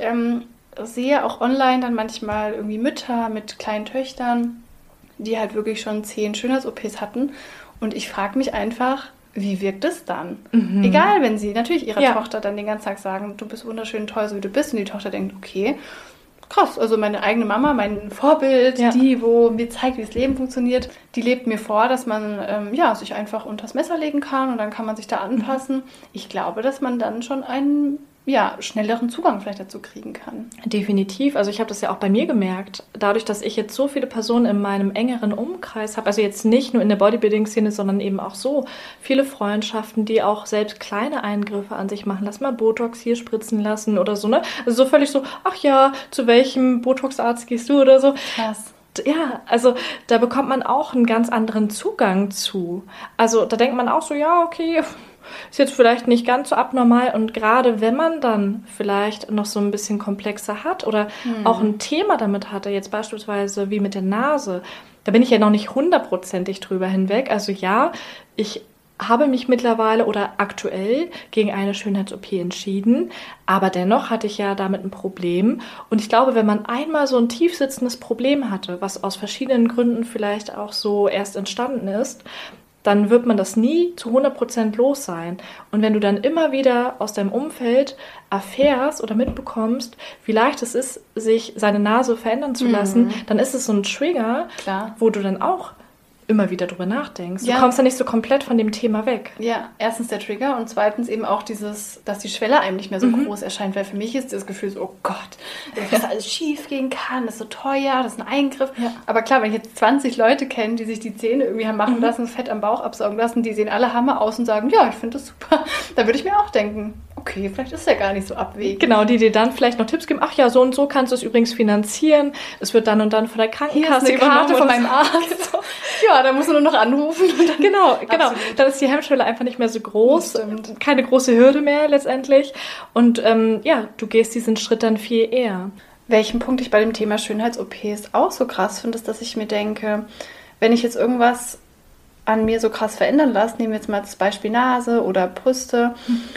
sehe auch online dann manchmal irgendwie Mütter mit kleinen Töchtern, die halt wirklich schon 10 Schönheits-OPs hatten. Und ich frage mich einfach, wie wirkt es dann? Egal, wenn sie natürlich ihrer Tochter dann den ganzen Tag sagen, du bist wunderschön, toll, so wie du bist. Und die Tochter denkt, okay, krass, also meine eigene Mama, mein Vorbild, die, wo mir zeigt, wie das Leben funktioniert, die lebt mir vor, dass man sich einfach unters Messer legen kann und dann kann man sich da anpassen. Ich glaube, dass man dann schon einen schnelleren Zugang vielleicht dazu kriegen kann. Definitiv. Also ich habe das ja auch bei mir gemerkt. Dadurch, dass ich jetzt so viele Personen in meinem engeren Umkreis habe, also jetzt nicht nur in der Bodybuilding-Szene, sondern eben auch so viele Freundschaften, die auch selbst kleine Eingriffe an sich machen. Lass mal Botox hier spritzen lassen oder so, ne? Also so völlig so, ach ja, zu welchem Botox-Arzt gehst du oder so. Krass. Ja, also da bekommt man auch einen ganz anderen Zugang zu. Also da denkt man auch so, ja, okay, ist jetzt vielleicht nicht ganz so abnormal. Und gerade wenn man dann vielleicht noch so ein bisschen komplexer hat oder auch ein Thema damit hatte, jetzt beispielsweise wie mit der Nase, da bin ich ja noch nicht 100%ig drüber hinweg. Also ja, ich habe mich mittlerweile oder aktuell gegen eine Schönheits-OP entschieden, aber dennoch hatte ich ja damit ein Problem. Und ich glaube, wenn man einmal so ein tief sitzendes Problem hatte, was aus verschiedenen Gründen vielleicht auch so erst entstanden ist, dann wird man das nie zu 100% los sein. Und wenn du dann immer wieder aus deinem Umfeld erfährst oder mitbekommst, wie leicht es ist, sich seine Nase verändern zu lassen, dann ist es so ein Trigger, wo du dann auch immer wieder drüber nachdenkst. Du kommst dann nicht so komplett von dem Thema weg. Ja, erstens der Trigger und zweitens eben auch dieses, dass die Schwelle einem nicht mehr so groß erscheint, weil für mich ist das Gefühl so, oh Gott, dass alles schief gehen kann, das ist so teuer, das ist ein Eingriff. Ja. Aber klar, wenn ich jetzt 20 Leute kenne, die sich die Zähne irgendwie haben machen lassen, Fett am Bauch absaugen lassen, die sehen alle Hammer aus und sagen, ja, ich finde das super, da würde ich mir auch denken, okay, vielleicht ist ja gar nicht so abwegig. Genau, die dir dann vielleicht noch Tipps geben. Ach ja, so und so kannst du es übrigens finanzieren. Es wird dann und dann von der Krankenkasse hier ist eine Karte von meinem Arzt. Genau. Ja, da musst du nur noch anrufen. Und dann genau. Dann ist die Hemmschwelle einfach nicht mehr so groß. Keine große Hürde mehr letztendlich. Und du gehst diesen Schritt dann viel eher. Welchen Punkt ich bei dem Thema Schönheits-OPs auch so krass finde, ist, dass ich mir denke, wenn ich jetzt irgendwas an mir so krass verändern lasse, nehmen wir jetzt mal das Beispiel Nase oder Brüste,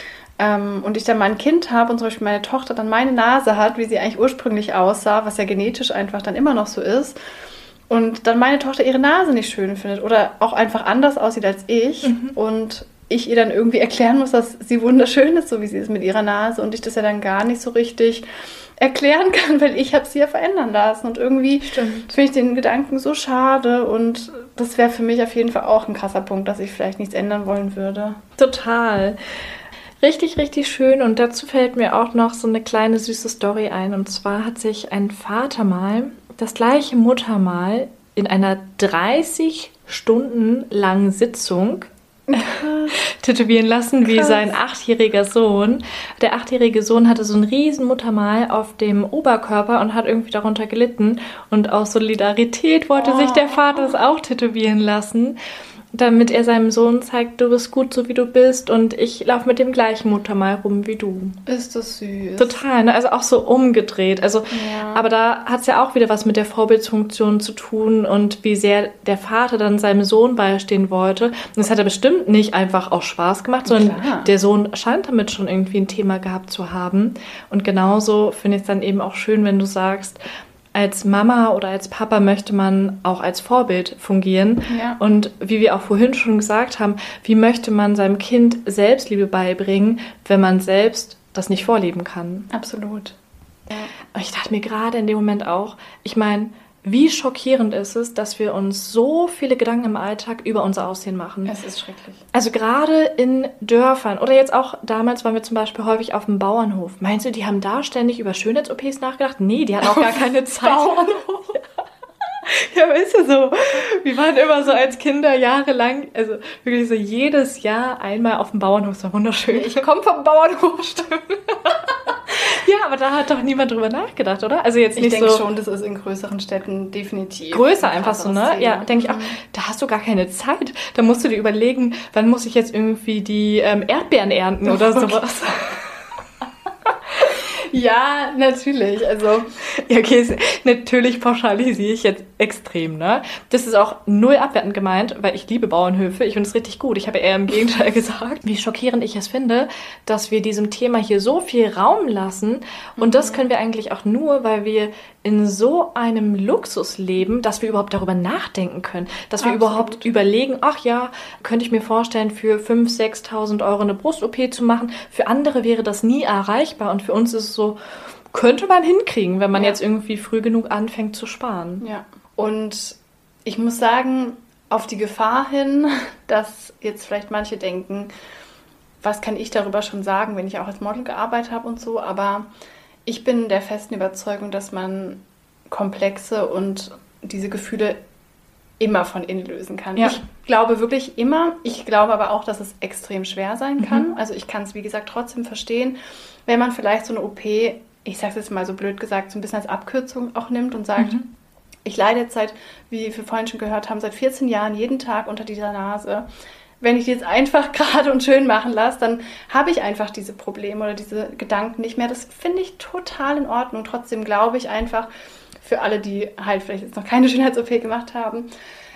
und ich dann mal ein Kind habe und zum Beispiel meine Tochter dann meine Nase hat, wie sie eigentlich ursprünglich aussah, was ja genetisch einfach dann immer noch so ist, und dann meine Tochter ihre Nase nicht schön findet oder auch einfach anders aussieht als ich und ich ihr dann irgendwie erklären muss, dass sie wunderschön ist, so wie sie ist mit ihrer Nase, und ich das ja dann gar nicht so richtig erklären kann, weil ich habe sie ja verändern lassen, und irgendwie finde ich den Gedanken so schade, und das wäre für mich auf jeden Fall auch ein krasser Punkt, dass ich vielleicht nichts ändern wollen würde. Total. Richtig, richtig schön, und dazu fällt mir auch noch so eine kleine süße Story ein, und zwar hat sich ein Vater mal das gleiche Muttermal in einer 30 Stunden langen Sitzung tätowieren lassen wie sein 8-jähriger Sohn. Der 8-jährige Sohn hatte so ein riesen Muttermal auf dem Oberkörper und hat irgendwie darunter gelitten, und aus Solidarität wollte sich der Vater das auch tätowieren lassen, damit er seinem Sohn zeigt, du bist gut, so wie du bist, und ich laufe mit dem gleichen Muttermal rum wie du. Ist das süß. Total, ne? Also auch so umgedreht. Also, aber da hat es ja auch wieder was mit der Vorbildsfunktion zu tun und wie sehr der Vater dann seinem Sohn beistehen wollte. Und das hat er bestimmt nicht einfach auch Spaß gemacht, sondern der Sohn scheint damit schon irgendwie ein Thema gehabt zu haben. Und genauso finde ich es dann eben auch schön, wenn du sagst, als Mama oder als Papa möchte man auch als Vorbild fungieren. Ja. Und wie wir auch vorhin schon gesagt haben, wie möchte man seinem Kind Selbstliebe beibringen, wenn man selbst das nicht vorleben kann? Absolut. Ja. Und ich dachte mir gerade in dem Moment auch, ich meine, wie schockierend ist es, dass wir uns so viele Gedanken im Alltag über unser Aussehen machen. Es ist schrecklich. Also gerade in Dörfern oder jetzt auch damals waren wir zum Beispiel häufig auf dem Bauernhof. Meinst du, die haben da ständig über Schönheits-OPs nachgedacht? Nee, die hatten auch gar keine Zeit. Bauernhof. Ja, weißt du so, wir waren immer so als Kinder jahrelang, also wirklich so jedes Jahr einmal auf dem Bauernhof, das war wunderschön. Ich komme vom Bauernhof, stimmt. Ja, aber da hat doch niemand drüber nachgedacht, oder? Also jetzt nicht Ich denke so schon, das ist in größeren Städten definitiv größer ein einfach so, ne? krasseres Ja, Thema. denke ich auch. Da hast du gar keine Zeit. Da musst du dir überlegen, wann muss ich jetzt irgendwie die Erdbeeren ernten oder sowas. Ja, natürlich. Also Ja, okay, natürlich pauschalisiere ich jetzt extrem, ne? Das ist auch null abwertend gemeint, weil ich liebe Bauernhöfe. Ich finde es richtig gut. Ich habe eher im Gegenteil gesagt, wie schockierend ich es finde, dass wir diesem Thema hier so viel Raum lassen. Und das können wir eigentlich auch nur, weil wir in so einem Luxus leben, dass wir überhaupt darüber nachdenken können. Dass wir Absolut. überhaupt überlegen, ach ja, könnte ich mir vorstellen, für 5.000, 6.000 Euro eine Brust-OP zu machen. Für andere wäre das nie erreichbar. Und für uns ist es so, könnte man hinkriegen, wenn man Ja. jetzt irgendwie früh genug anfängt zu sparen. ja. Und ich muss sagen, auf die Gefahr hin, dass jetzt vielleicht manche denken, was kann ich darüber schon sagen, wenn ich auch als Model gearbeitet habe und so, aber ich bin der festen Überzeugung, dass man Komplexe und diese Gefühle immer von innen lösen kann. Ja. Ich glaube wirklich immer. Ich glaube aber auch, dass es extrem schwer sein kann. Also ich kann es, wie gesagt, trotzdem verstehen, wenn man vielleicht so eine OP, ich sage es jetzt mal so blöd gesagt, so ein bisschen als Abkürzung auch nimmt und sagt, ich leide jetzt seit, wie wir vorhin schon gehört haben, seit 14 Jahren jeden Tag unter dieser Nase. Wenn ich die jetzt einfach gerade und schön machen lasse, dann habe ich einfach diese Probleme oder diese Gedanken nicht mehr. Das finde ich total in Ordnung. Trotzdem glaube ich einfach, für alle, die halt vielleicht jetzt noch keine Schönheits-OP gemacht haben,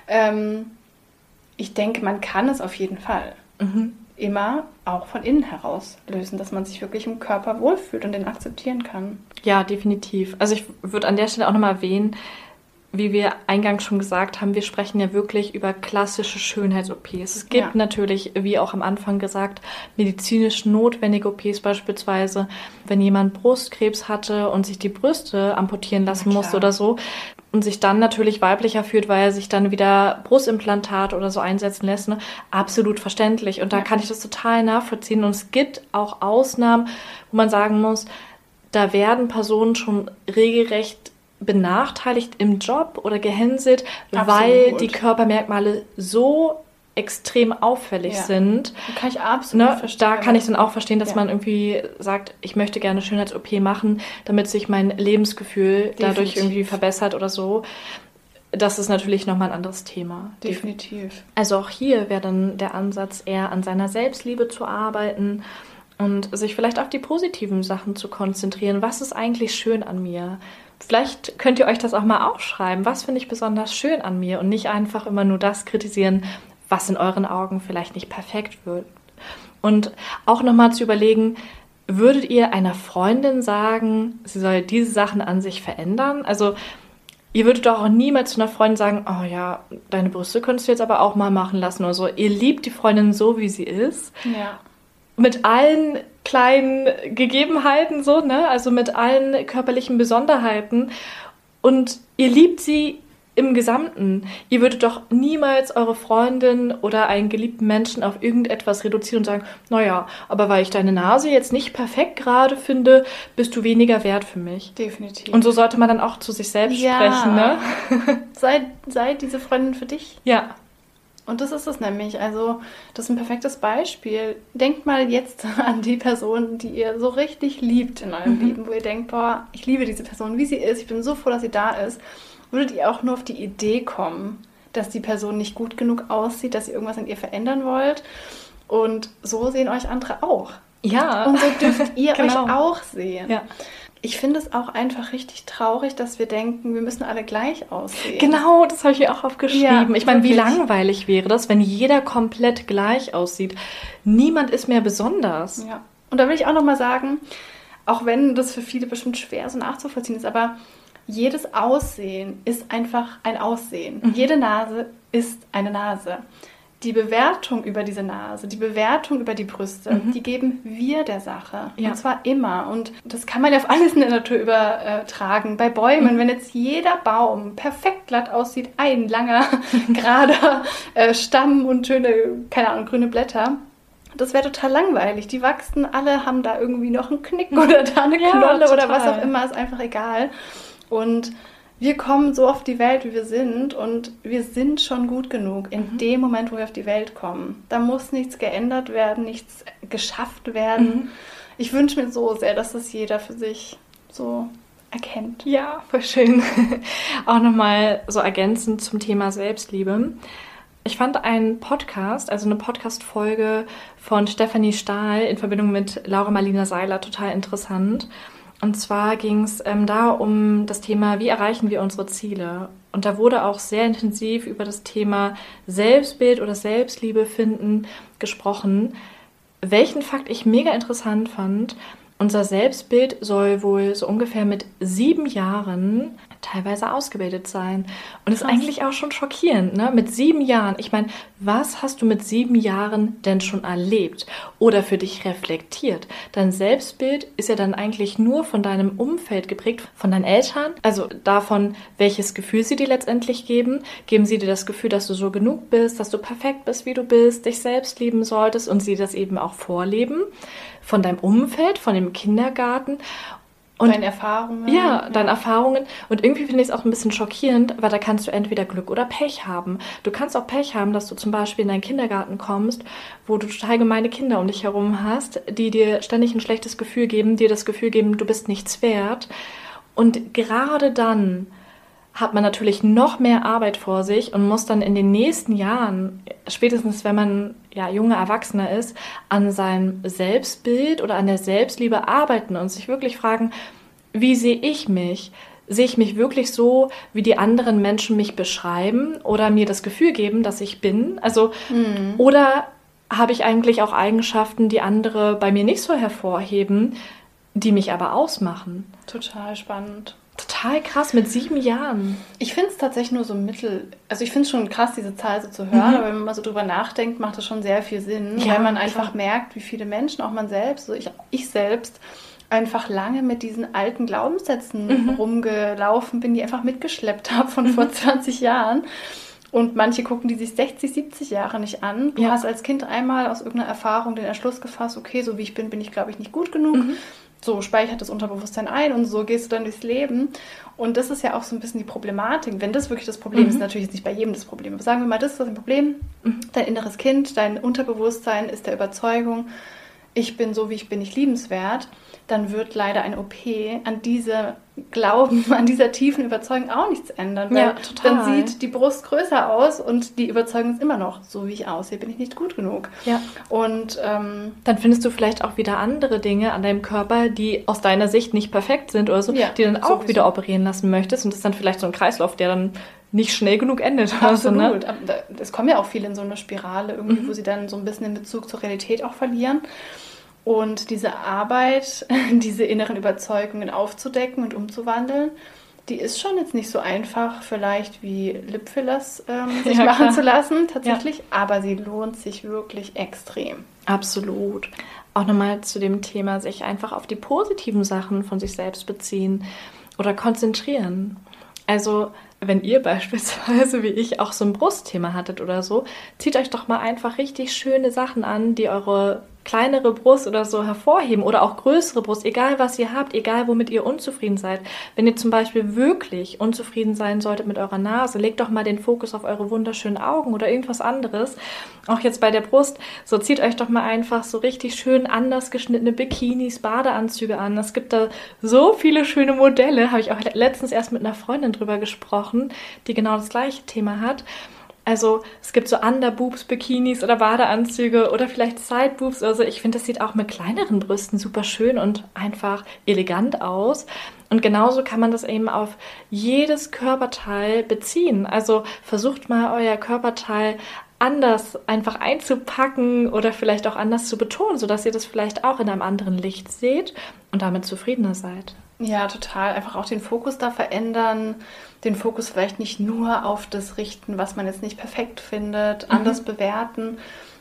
ich denke, man kann es auf jeden Fall immer auch von innen heraus lösen, dass man sich wirklich im Körper wohlfühlt und den akzeptieren kann. Ja, definitiv. Also ich würde an der Stelle auch nochmal erwähnen, wie wir eingangs schon gesagt haben, wir sprechen ja wirklich über klassische Schönheits-OPs. Es gibt natürlich, wie auch am Anfang gesagt, medizinisch notwendige OPs beispielsweise, wenn jemand Brustkrebs hatte und sich die Brüste amputieren lassen musste oder so und sich dann natürlich weiblicher fühlt, weil er sich dann wieder Brustimplantat oder so einsetzen lässt. Ne? Absolut verständlich. Und da kann ich das total nachvollziehen. Und es gibt auch Ausnahmen, wo man sagen muss, da werden Personen schon regelrecht benachteiligt im Job oder gehänselt, weil die Körpermerkmale so extrem auffällig sind. Da kann ich absolut verstehen. Da kann ich dann auch verstehen, dass man irgendwie sagt, ich möchte gerne Schönheits-OP machen, damit sich mein Lebensgefühl dadurch irgendwie verbessert oder so. Das ist natürlich nochmal ein anderes Thema. Definitiv. Also auch hier wäre dann der Ansatz, eher an seiner Selbstliebe zu arbeiten und sich vielleicht auf die positiven Sachen zu konzentrieren. Was ist eigentlich schön an mir? Vielleicht könnt ihr euch das auch mal aufschreiben. Was finde ich besonders schön an mir? Und nicht einfach immer nur das kritisieren, was in euren Augen vielleicht nicht perfekt wird. Und auch nochmal zu überlegen, würdet ihr einer Freundin sagen, sie soll diese Sachen an sich verändern? Also ihr würdet doch auch niemals zu einer Freundin sagen, oh ja, deine Brüste könntest du jetzt aber auch mal machen lassen oder so. Ihr liebt die Freundin so, wie sie ist. Ja. Mit allen kleinen Gegebenheiten so, ne? Also mit allen körperlichen Besonderheiten. Und ihr liebt sie im Gesamten. Ihr würdet doch niemals eure Freundin oder einen geliebten Menschen auf irgendetwas reduzieren und sagen, naja, aber weil ich deine Nase jetzt nicht perfekt gerade finde, bist du weniger wert für mich. Definitiv. Und so sollte man dann auch zu sich selbst sprechen, ne? Sei diese Freundin für dich. Ja. Und das ist es nämlich. Also, das ist ein perfektes Beispiel. Denkt mal jetzt an die Person, die ihr so richtig liebt in eurem Leben, wo ihr denkt, boah, ich liebe diese Person, wie sie ist, ich bin so froh, dass sie da ist. Würdet ihr auch nur auf die Idee kommen, dass die Person nicht gut genug aussieht, dass ihr irgendwas an ihr verändern wollt? Und so sehen euch andere auch. Ja. Und so dürft ihr Genau. euch auch sehen. Ja. Ich finde es auch einfach richtig traurig, dass wir denken, wir müssen alle gleich aussehen. Genau, das habe ich mir auch aufgeschrieben. Ja, ich meine, wie wirklich. langweilig wäre das, wenn jeder komplett gleich aussieht? Niemand ist mehr besonders. Ja. Und da will ich auch nochmal sagen, auch wenn das für viele bestimmt schwer so nachzuvollziehen ist, aber jedes Aussehen ist einfach ein Aussehen. Jede Nase ist eine Nase. Die Bewertung über diese Nase, die Bewertung über die Brüste, die geben wir der Sache. Ja. Und zwar immer. Und das kann man ja auf alles in der Natur übertragen. Bei Bäumen, wenn jetzt jeder Baum perfekt glatt aussieht, ein langer, gerader Stamm und schöne, keine Ahnung, grüne Blätter, das wäre total langweilig. Die wachsen, alle haben da irgendwie noch einen Knick oder da eine Knolle total. oder was auch immer, ist einfach egal. Und wir kommen so auf die Welt, wie wir sind, und wir sind schon gut genug in dem Moment, wo wir auf die Welt kommen. Da muss nichts geändert werden, nichts geschafft werden. Ich wünsche mir so sehr, dass das jeder für sich so erkennt. Ja, voll schön. Auch nochmal so ergänzend zum Thema Selbstliebe. Ich fand einen Podcast, also eine Podcast-Folge von Stefanie Stahl in Verbindung mit Laura Marlina Seiler total interessant. Und zwar ging es da um das Thema, wie erreichen wir unsere Ziele? Und da wurde auch sehr intensiv über das Thema Selbstbild oder Selbstliebe finden gesprochen. Welchen Fakt ich mega interessant fand: Unser Selbstbild soll wohl so ungefähr mit 7 Jahren teilweise ausgebildet sein. Und das ist eigentlich auch schon schockierend, ne? Mit 7 Jahren. Ich meine, was hast du mit 7 Jahren denn schon erlebt oder für dich reflektiert? Dein Selbstbild ist ja dann eigentlich nur von deinem Umfeld geprägt, von deinen Eltern, also davon, welches Gefühl sie dir letztendlich geben. Geben sie dir das Gefühl, dass du so genug bist, dass du perfekt bist, wie du bist, dich selbst lieben solltest und sie das eben auch vorleben? Von deinem Umfeld, von dem Kindergarten. Und deine Erfahrungen. Ja, deine Erfahrungen. Und irgendwie finde ich es auch ein bisschen schockierend, weil da kannst du entweder Glück oder Pech haben. Du kannst auch Pech haben, dass du zum Beispiel in deinen Kindergarten kommst, wo du total gemeine Kinder um dich herum hast, die dir ständig ein schlechtes Gefühl geben, dir das Gefühl geben, du bist nichts wert. Und gerade dann hat man natürlich noch mehr Arbeit vor sich und muss dann in den nächsten Jahren, spätestens wenn man ja junger Erwachsener ist, an seinem Selbstbild oder an der Selbstliebe arbeiten und sich wirklich fragen, wie sehe ich mich? Sehe ich mich wirklich so, wie die anderen Menschen mich beschreiben oder mir das Gefühl geben, dass ich bin? Also, oder habe ich eigentlich auch Eigenschaften, die andere bei mir nicht so hervorheben, die mich aber ausmachen? Total spannend. Total krass, mit 7 Jahren. Ich finde es tatsächlich nur so also ich finde es schon krass, diese Zahl so zu hören, aber wenn man mal so drüber nachdenkt, macht das schon sehr viel Sinn, weil man einfach merkt, wie viele Menschen, auch man selbst, so ich selbst, einfach lange mit diesen alten Glaubenssätzen rumgelaufen bin, die einfach mitgeschleppt habe von vor 20 Jahren. Und manche gucken die sich 60, 70 Jahre nicht an. Du hast als Kind einmal aus irgendeiner Erfahrung den Entschluss gefasst, okay, so wie ich bin ich, glaube ich, nicht gut genug. So speichert das Unterbewusstsein ein und so gehst du dann durchs Leben. Und das ist ja auch so ein bisschen die Problematik. Wenn das wirklich das Problem ist, natürlich ist nicht bei jedem das Problem, aber sagen wir mal, das ist das Problem. Dein inneres Kind, dein Unterbewusstsein ist der Überzeugung, ich bin so, wie ich bin, nicht liebenswert, dann wird leider eine OP an diese Glauben, an dieser tiefen Überzeugung auch nichts ändern. Weil dann sieht die Brust größer aus und die Überzeugung ist immer noch, so wie ich aussehe, bin ich nicht gut genug. Ja. Und dann findest du vielleicht auch wieder andere Dinge an deinem Körper, die aus deiner Sicht nicht perfekt sind oder so, die dann auch wieder operieren lassen möchtest. Und das ist dann vielleicht so ein Kreislauf, der dann nicht schnell genug endet. Absolut. Also, ne? Es kommen ja auch viele in so eine Spirale irgendwie, wo sie dann so ein bisschen den Bezug zur Realität auch verlieren. Und diese Arbeit, diese inneren Überzeugungen aufzudecken und umzuwandeln, die ist schon jetzt nicht so einfach vielleicht wie Lipfillers sich machen zu lassen, tatsächlich. Aber sie lohnt sich wirklich extrem. Absolut. Auch nochmal zu dem Thema, sich einfach auf die positiven Sachen von sich selbst beziehen oder konzentrieren. Also wenn ihr beispielsweise, wie ich, auch so ein Brustthema hattet oder so, zieht euch doch mal einfach richtig schöne Sachen an, die eure kleinere Brust oder so hervorheben oder auch größere Brust, egal was ihr habt, egal womit ihr unzufrieden seid. Wenn ihr zum Beispiel wirklich unzufrieden sein solltet mit eurer Nase, legt doch mal den Fokus auf eure wunderschönen Augen oder irgendwas anderes. Auch jetzt bei der Brust, so zieht euch doch mal einfach so richtig schön anders geschnittene Bikinis, Badeanzüge an. Es gibt da so viele schöne Modelle, habe ich auch letztens erst mit einer Freundin drüber gesprochen, die genau das gleiche Thema hat. Also es gibt so Underboobs-Bikinis oder Badeanzüge oder vielleicht Sideboobs. Also ich finde, das sieht auch mit kleineren Brüsten super schön und einfach elegant aus. Und genauso kann man das eben auf jedes Körperteil beziehen. Also versucht mal euer Körperteil anders einfach einzupacken oder vielleicht auch anders zu betonen, sodass ihr das vielleicht auch in einem anderen Licht seht und damit zufriedener seid. Ja, total. Einfach auch den Fokus da verändern, den Fokus vielleicht nicht nur auf das richten, was man jetzt nicht perfekt findet, anders bewerten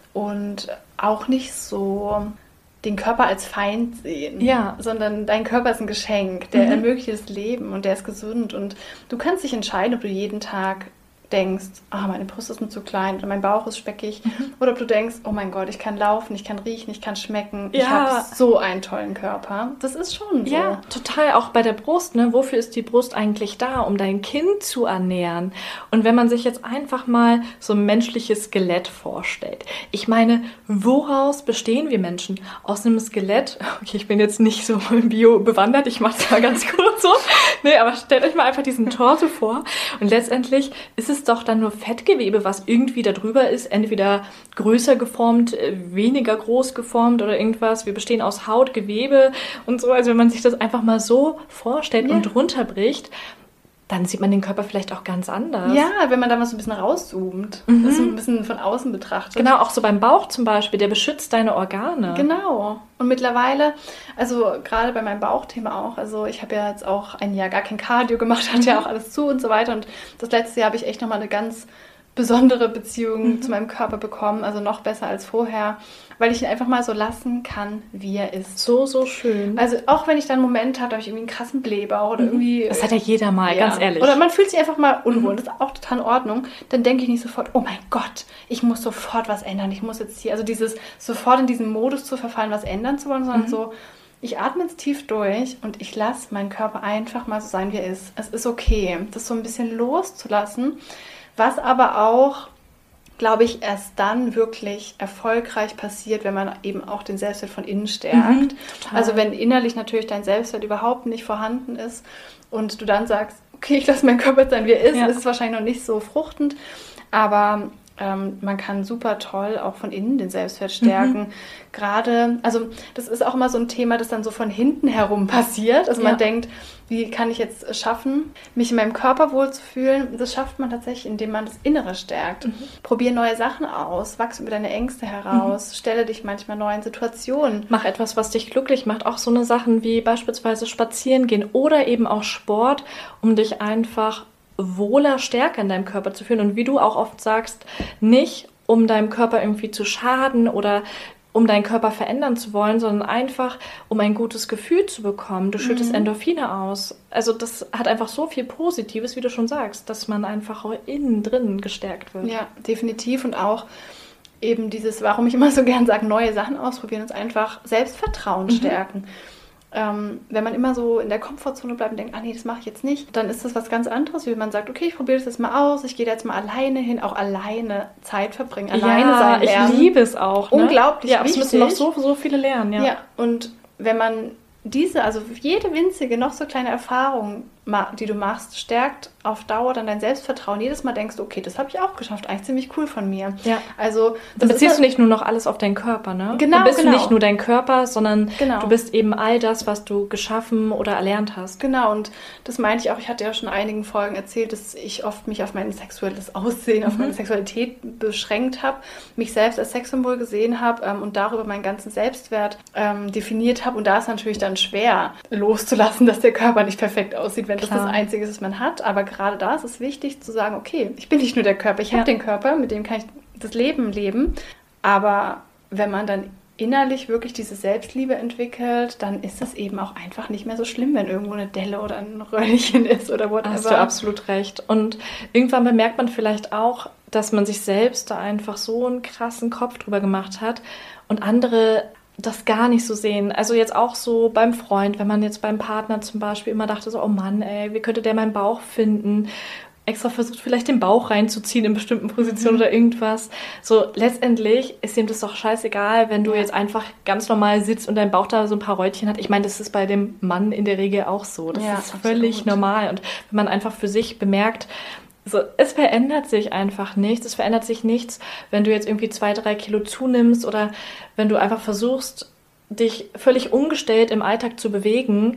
und auch nicht so den Körper als Feind sehen, sondern dein Körper ist ein Geschenk, der ermöglicht das Leben und der ist gesund und du kannst dich entscheiden, ob du jeden Tag denkst, meine Brust ist mir zu klein oder mein Bauch ist speckig oder ob du denkst, oh mein Gott, ich kann laufen, ich kann riechen, ich kann schmecken, ich habe so einen tollen Körper. Das ist schon so. Ja, total. Auch bei der Brust, ne? Wofür ist die Brust eigentlich da? Um dein Kind zu ernähren. Und wenn man sich jetzt einfach mal so ein menschliches Skelett vorstellt. Ich meine, woraus bestehen wir Menschen? Aus einem Skelett? Okay, ich bin jetzt nicht so im Bio bewandert, ich mache es mal ganz kurz so. Nee, aber stellt euch mal einfach diesen Torso vor und letztendlich ist es doch dann nur Fettgewebe, was irgendwie da drüber ist, entweder größer geformt, weniger groß geformt oder irgendwas. Wir bestehen aus Haut, Gewebe und so. Also wenn man sich das einfach mal so vorstellt und runterbricht, dann sieht man den Körper vielleicht auch ganz anders. Ja, wenn man da mal so ein bisschen rauszoomt, das so ein bisschen von außen betrachtet. Genau, auch so beim Bauch zum Beispiel, der beschützt deine Organe. Genau. Und mittlerweile, also gerade bei meinem Bauchthema auch, also ich habe ja jetzt auch ein Jahr gar kein Cardio gemacht, hatte ja auch alles zu und so weiter. Und das letzte Jahr habe ich echt nochmal eine ganz besondere Beziehung zu meinem Körper bekommen, also noch besser als vorher, weil ich ihn einfach mal so lassen kann, wie er ist. So, so schön. Also auch wenn ich dann einen Moment habe, da habe ich irgendwie einen krassen Blähbauch oder irgendwie... Das hat ja jeder mal, ganz ehrlich. Oder man fühlt sich einfach mal unwohl, das ist auch total in Ordnung. Dann denke ich nicht sofort, oh mein Gott, ich muss sofort was ändern, ich muss jetzt hier... Also dieses sofort in diesen Modus zu verfallen, was ändern zu wollen, sondern so... Ich atme jetzt tief durch und ich lasse meinen Körper einfach mal so sein, wie er ist. Es ist okay, das so ein bisschen loszulassen, was aber auch, glaube ich, erst dann wirklich erfolgreich passiert, wenn man eben auch den Selbstwert von innen stärkt. Also wenn innerlich natürlich dein Selbstwert überhaupt nicht vorhanden ist und du dann sagst, okay, ich lasse meinen Körper sein, wie er ist, ist es wahrscheinlich noch nicht so fruchtend, aber man kann super toll auch von innen den Selbstwert stärken. Gerade, also das ist auch immer so ein Thema, das dann so von hinten herum passiert. Also man denkt, wie kann ich jetzt schaffen, mich in meinem Körper wohlzufühlen? Das schafft man tatsächlich, indem man das Innere stärkt. Probier neue Sachen aus, wachse über deine Ängste heraus, stelle dich manchmal neuen Situationen. Mach etwas, was dich glücklich macht. Auch so eine Sachen wie beispielsweise spazieren gehen oder eben auch Sport, um dich einfach wohler, stärker in deinem Körper zu fühlen. Und wie du auch oft sagst, nicht um deinem Körper irgendwie zu schaden oder um deinen Körper verändern zu wollen, sondern einfach, um ein gutes Gefühl zu bekommen. Du schüttest Endorphine aus. Also das hat einfach so viel Positives, wie du schon sagst, dass man einfach innen drin gestärkt wird. Ja, definitiv. Und auch eben dieses, warum ich immer so gern sage, neue Sachen ausprobieren, uns einfach Selbstvertrauen stärken. Wenn man immer so in der Komfortzone bleibt und denkt, nee, das mache ich jetzt nicht, dann ist das was ganz anderes, wie wenn man sagt, okay, ich probiere das jetzt mal aus, ich gehe da jetzt mal alleine hin, auch alleine Zeit verbringen, alleine sein lernen. Ich liebe es auch. Ne? Unglaublich wichtig. Ja, es müssen noch so viele lernen. Ja, und wenn man also jede winzige, noch so kleine Erfahrung, die du machst, stärkt auf Dauer dann dein Selbstvertrauen. Jedes Mal denkst du, okay, das habe ich auch geschafft, eigentlich ziemlich cool von mir. Ja. Also dann beziehst du nicht nur noch alles auf deinen Körper, ne? Genau, du bist nicht nur dein Körper, sondern du bist eben all das, was du geschaffen oder erlernt hast. Genau, und das meinte ich auch, ich hatte ja schon in einigen Folgen erzählt, dass ich oft mich auf mein sexuelles Aussehen, auf meine Sexualität beschränkt habe, mich selbst als Sexsymbol gesehen habe und darüber meinen ganzen Selbstwert definiert habe. Und da ist natürlich dann schwer loszulassen, dass der Körper nicht perfekt aussieht, wenn das Einzige ist, was man hat. Aber gerade da ist es wichtig zu sagen, okay, ich bin nicht nur der Körper, ich habe den Körper, mit dem kann ich das Leben leben. Aber wenn man dann innerlich wirklich diese Selbstliebe entwickelt, dann ist es eben auch einfach nicht mehr so schlimm, wenn irgendwo eine Delle oder ein Röllchen ist oder whatever. Hast du absolut recht. Und irgendwann bemerkt man vielleicht auch, dass man sich selbst da einfach so einen krassen Kopf drüber gemacht hat und andere das gar nicht so sehen. Also jetzt auch so beim Freund, wenn man jetzt beim Partner zum Beispiel immer dachte so, oh Mann, ey, wie könnte der meinen Bauch finden? Extra versucht, vielleicht den Bauch reinzuziehen in bestimmten Positionen oder irgendwas. So, letztendlich ist ihm das doch scheißegal, wenn du jetzt einfach ganz normal sitzt und dein Bauch da so ein paar Räutchen hat. Ich meine, das ist bei dem Mann in der Regel auch so. Das ist völlig normal. Und wenn man einfach für sich bemerkt, so, es verändert sich einfach nichts. Es verändert sich nichts, wenn du jetzt irgendwie 2-3 Kilo zunimmst oder wenn du einfach versuchst, dich völlig ungestellt im Alltag zu bewegen,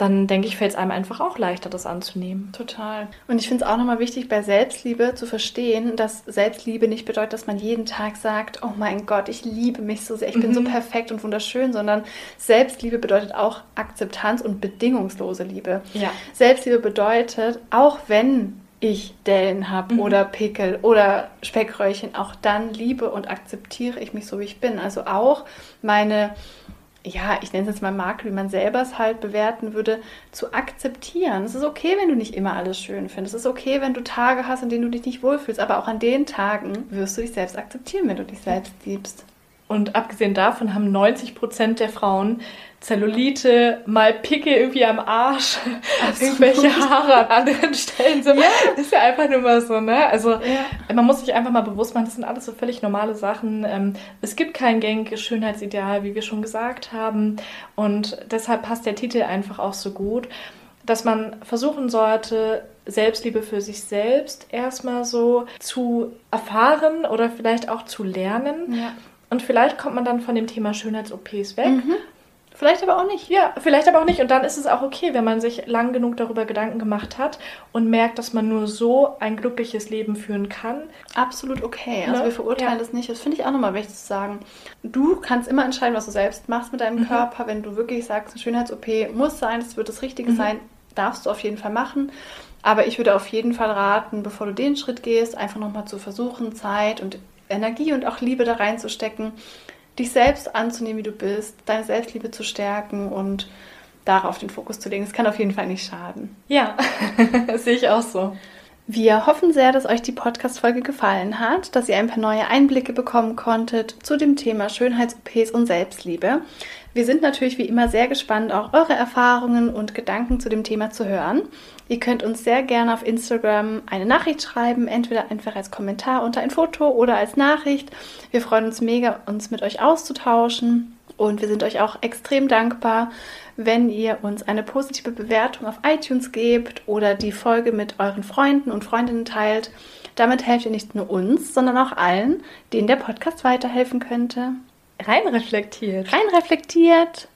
dann denke ich, fällt es einem einfach auch leichter, das anzunehmen. Total. Und ich finde es auch nochmal wichtig, bei Selbstliebe zu verstehen, dass Selbstliebe nicht bedeutet, dass man jeden Tag sagt, oh mein Gott, ich liebe mich so sehr, ich bin so perfekt und wunderschön, sondern Selbstliebe bedeutet auch Akzeptanz und bedingungslose Liebe. Ja. Selbstliebe bedeutet, auch wenn ich Dellen habe oder Pickel oder Speckröllchen, auch dann liebe und akzeptiere ich mich so, wie ich bin. Also auch meine, ja, ich nenne es jetzt mal Makel, wie man selber es halt bewerten würde, zu akzeptieren. Es ist okay, wenn du nicht immer alles schön findest. Es ist okay, wenn du Tage hast, in denen du dich nicht wohlfühlst. Aber auch an den Tagen wirst du dich selbst akzeptieren, wenn du dich selbst liebst. Und abgesehen davon haben 90% der Frauen Zellulite, mal Pickel irgendwie am Arsch, irgendwelche Haare an anderen Stellen. So. Ja. Ist ja einfach nur mal so, ne? Also man muss sich einfach mal bewusst machen, das sind alles so völlig normale Sachen. Es gibt kein gängiges Schönheitsideal, wie wir schon gesagt haben. Und deshalb passt der Titel einfach auch so gut, dass man versuchen sollte, Selbstliebe für sich selbst erstmal so zu erfahren oder vielleicht auch zu lernen. Ja. Und vielleicht kommt man dann von dem Thema Schönheits-OPs weg. Vielleicht aber auch nicht. Ja, vielleicht aber auch nicht. Und dann ist es auch okay, wenn man sich lang genug darüber Gedanken gemacht hat und merkt, dass man nur so ein glückliches Leben führen kann. Absolut okay. Also wir verurteilen das nicht. Das finde ich auch nochmal wichtig zu sagen. Du kannst immer entscheiden, was du selbst machst mit deinem Körper. Wenn du wirklich sagst, eine Schönheits-OP muss sein, das wird das Richtige sein, darfst du auf jeden Fall machen. Aber ich würde auf jeden Fall raten, bevor du den Schritt gehst, einfach nochmal zu versuchen, Zeit und Energie und auch Liebe da reinzustecken, dich selbst anzunehmen, wie du bist, deine Selbstliebe zu stärken und darauf den Fokus zu legen. Das kann auf jeden Fall nicht schaden. Ja, das sehe ich auch so. Wir hoffen sehr, dass euch die Podcast-Folge gefallen hat, dass ihr ein paar neue Einblicke bekommen konntet zu dem Thema Schönheits-OPs und Selbstliebe. Wir sind natürlich wie immer sehr gespannt, auch eure Erfahrungen und Gedanken zu dem Thema zu hören. Ihr könnt uns sehr gerne auf Instagram eine Nachricht schreiben, entweder einfach als Kommentar unter ein Foto oder als Nachricht. Wir freuen uns mega, uns mit euch auszutauschen und wir sind euch auch extrem dankbar, wenn ihr uns eine positive Bewertung auf iTunes gebt oder die Folge mit euren Freunden und Freundinnen teilt. Damit helft ihr nicht nur uns, sondern auch allen, denen der Podcast weiterhelfen könnte. Rein reflektiert. Rein reflektiert.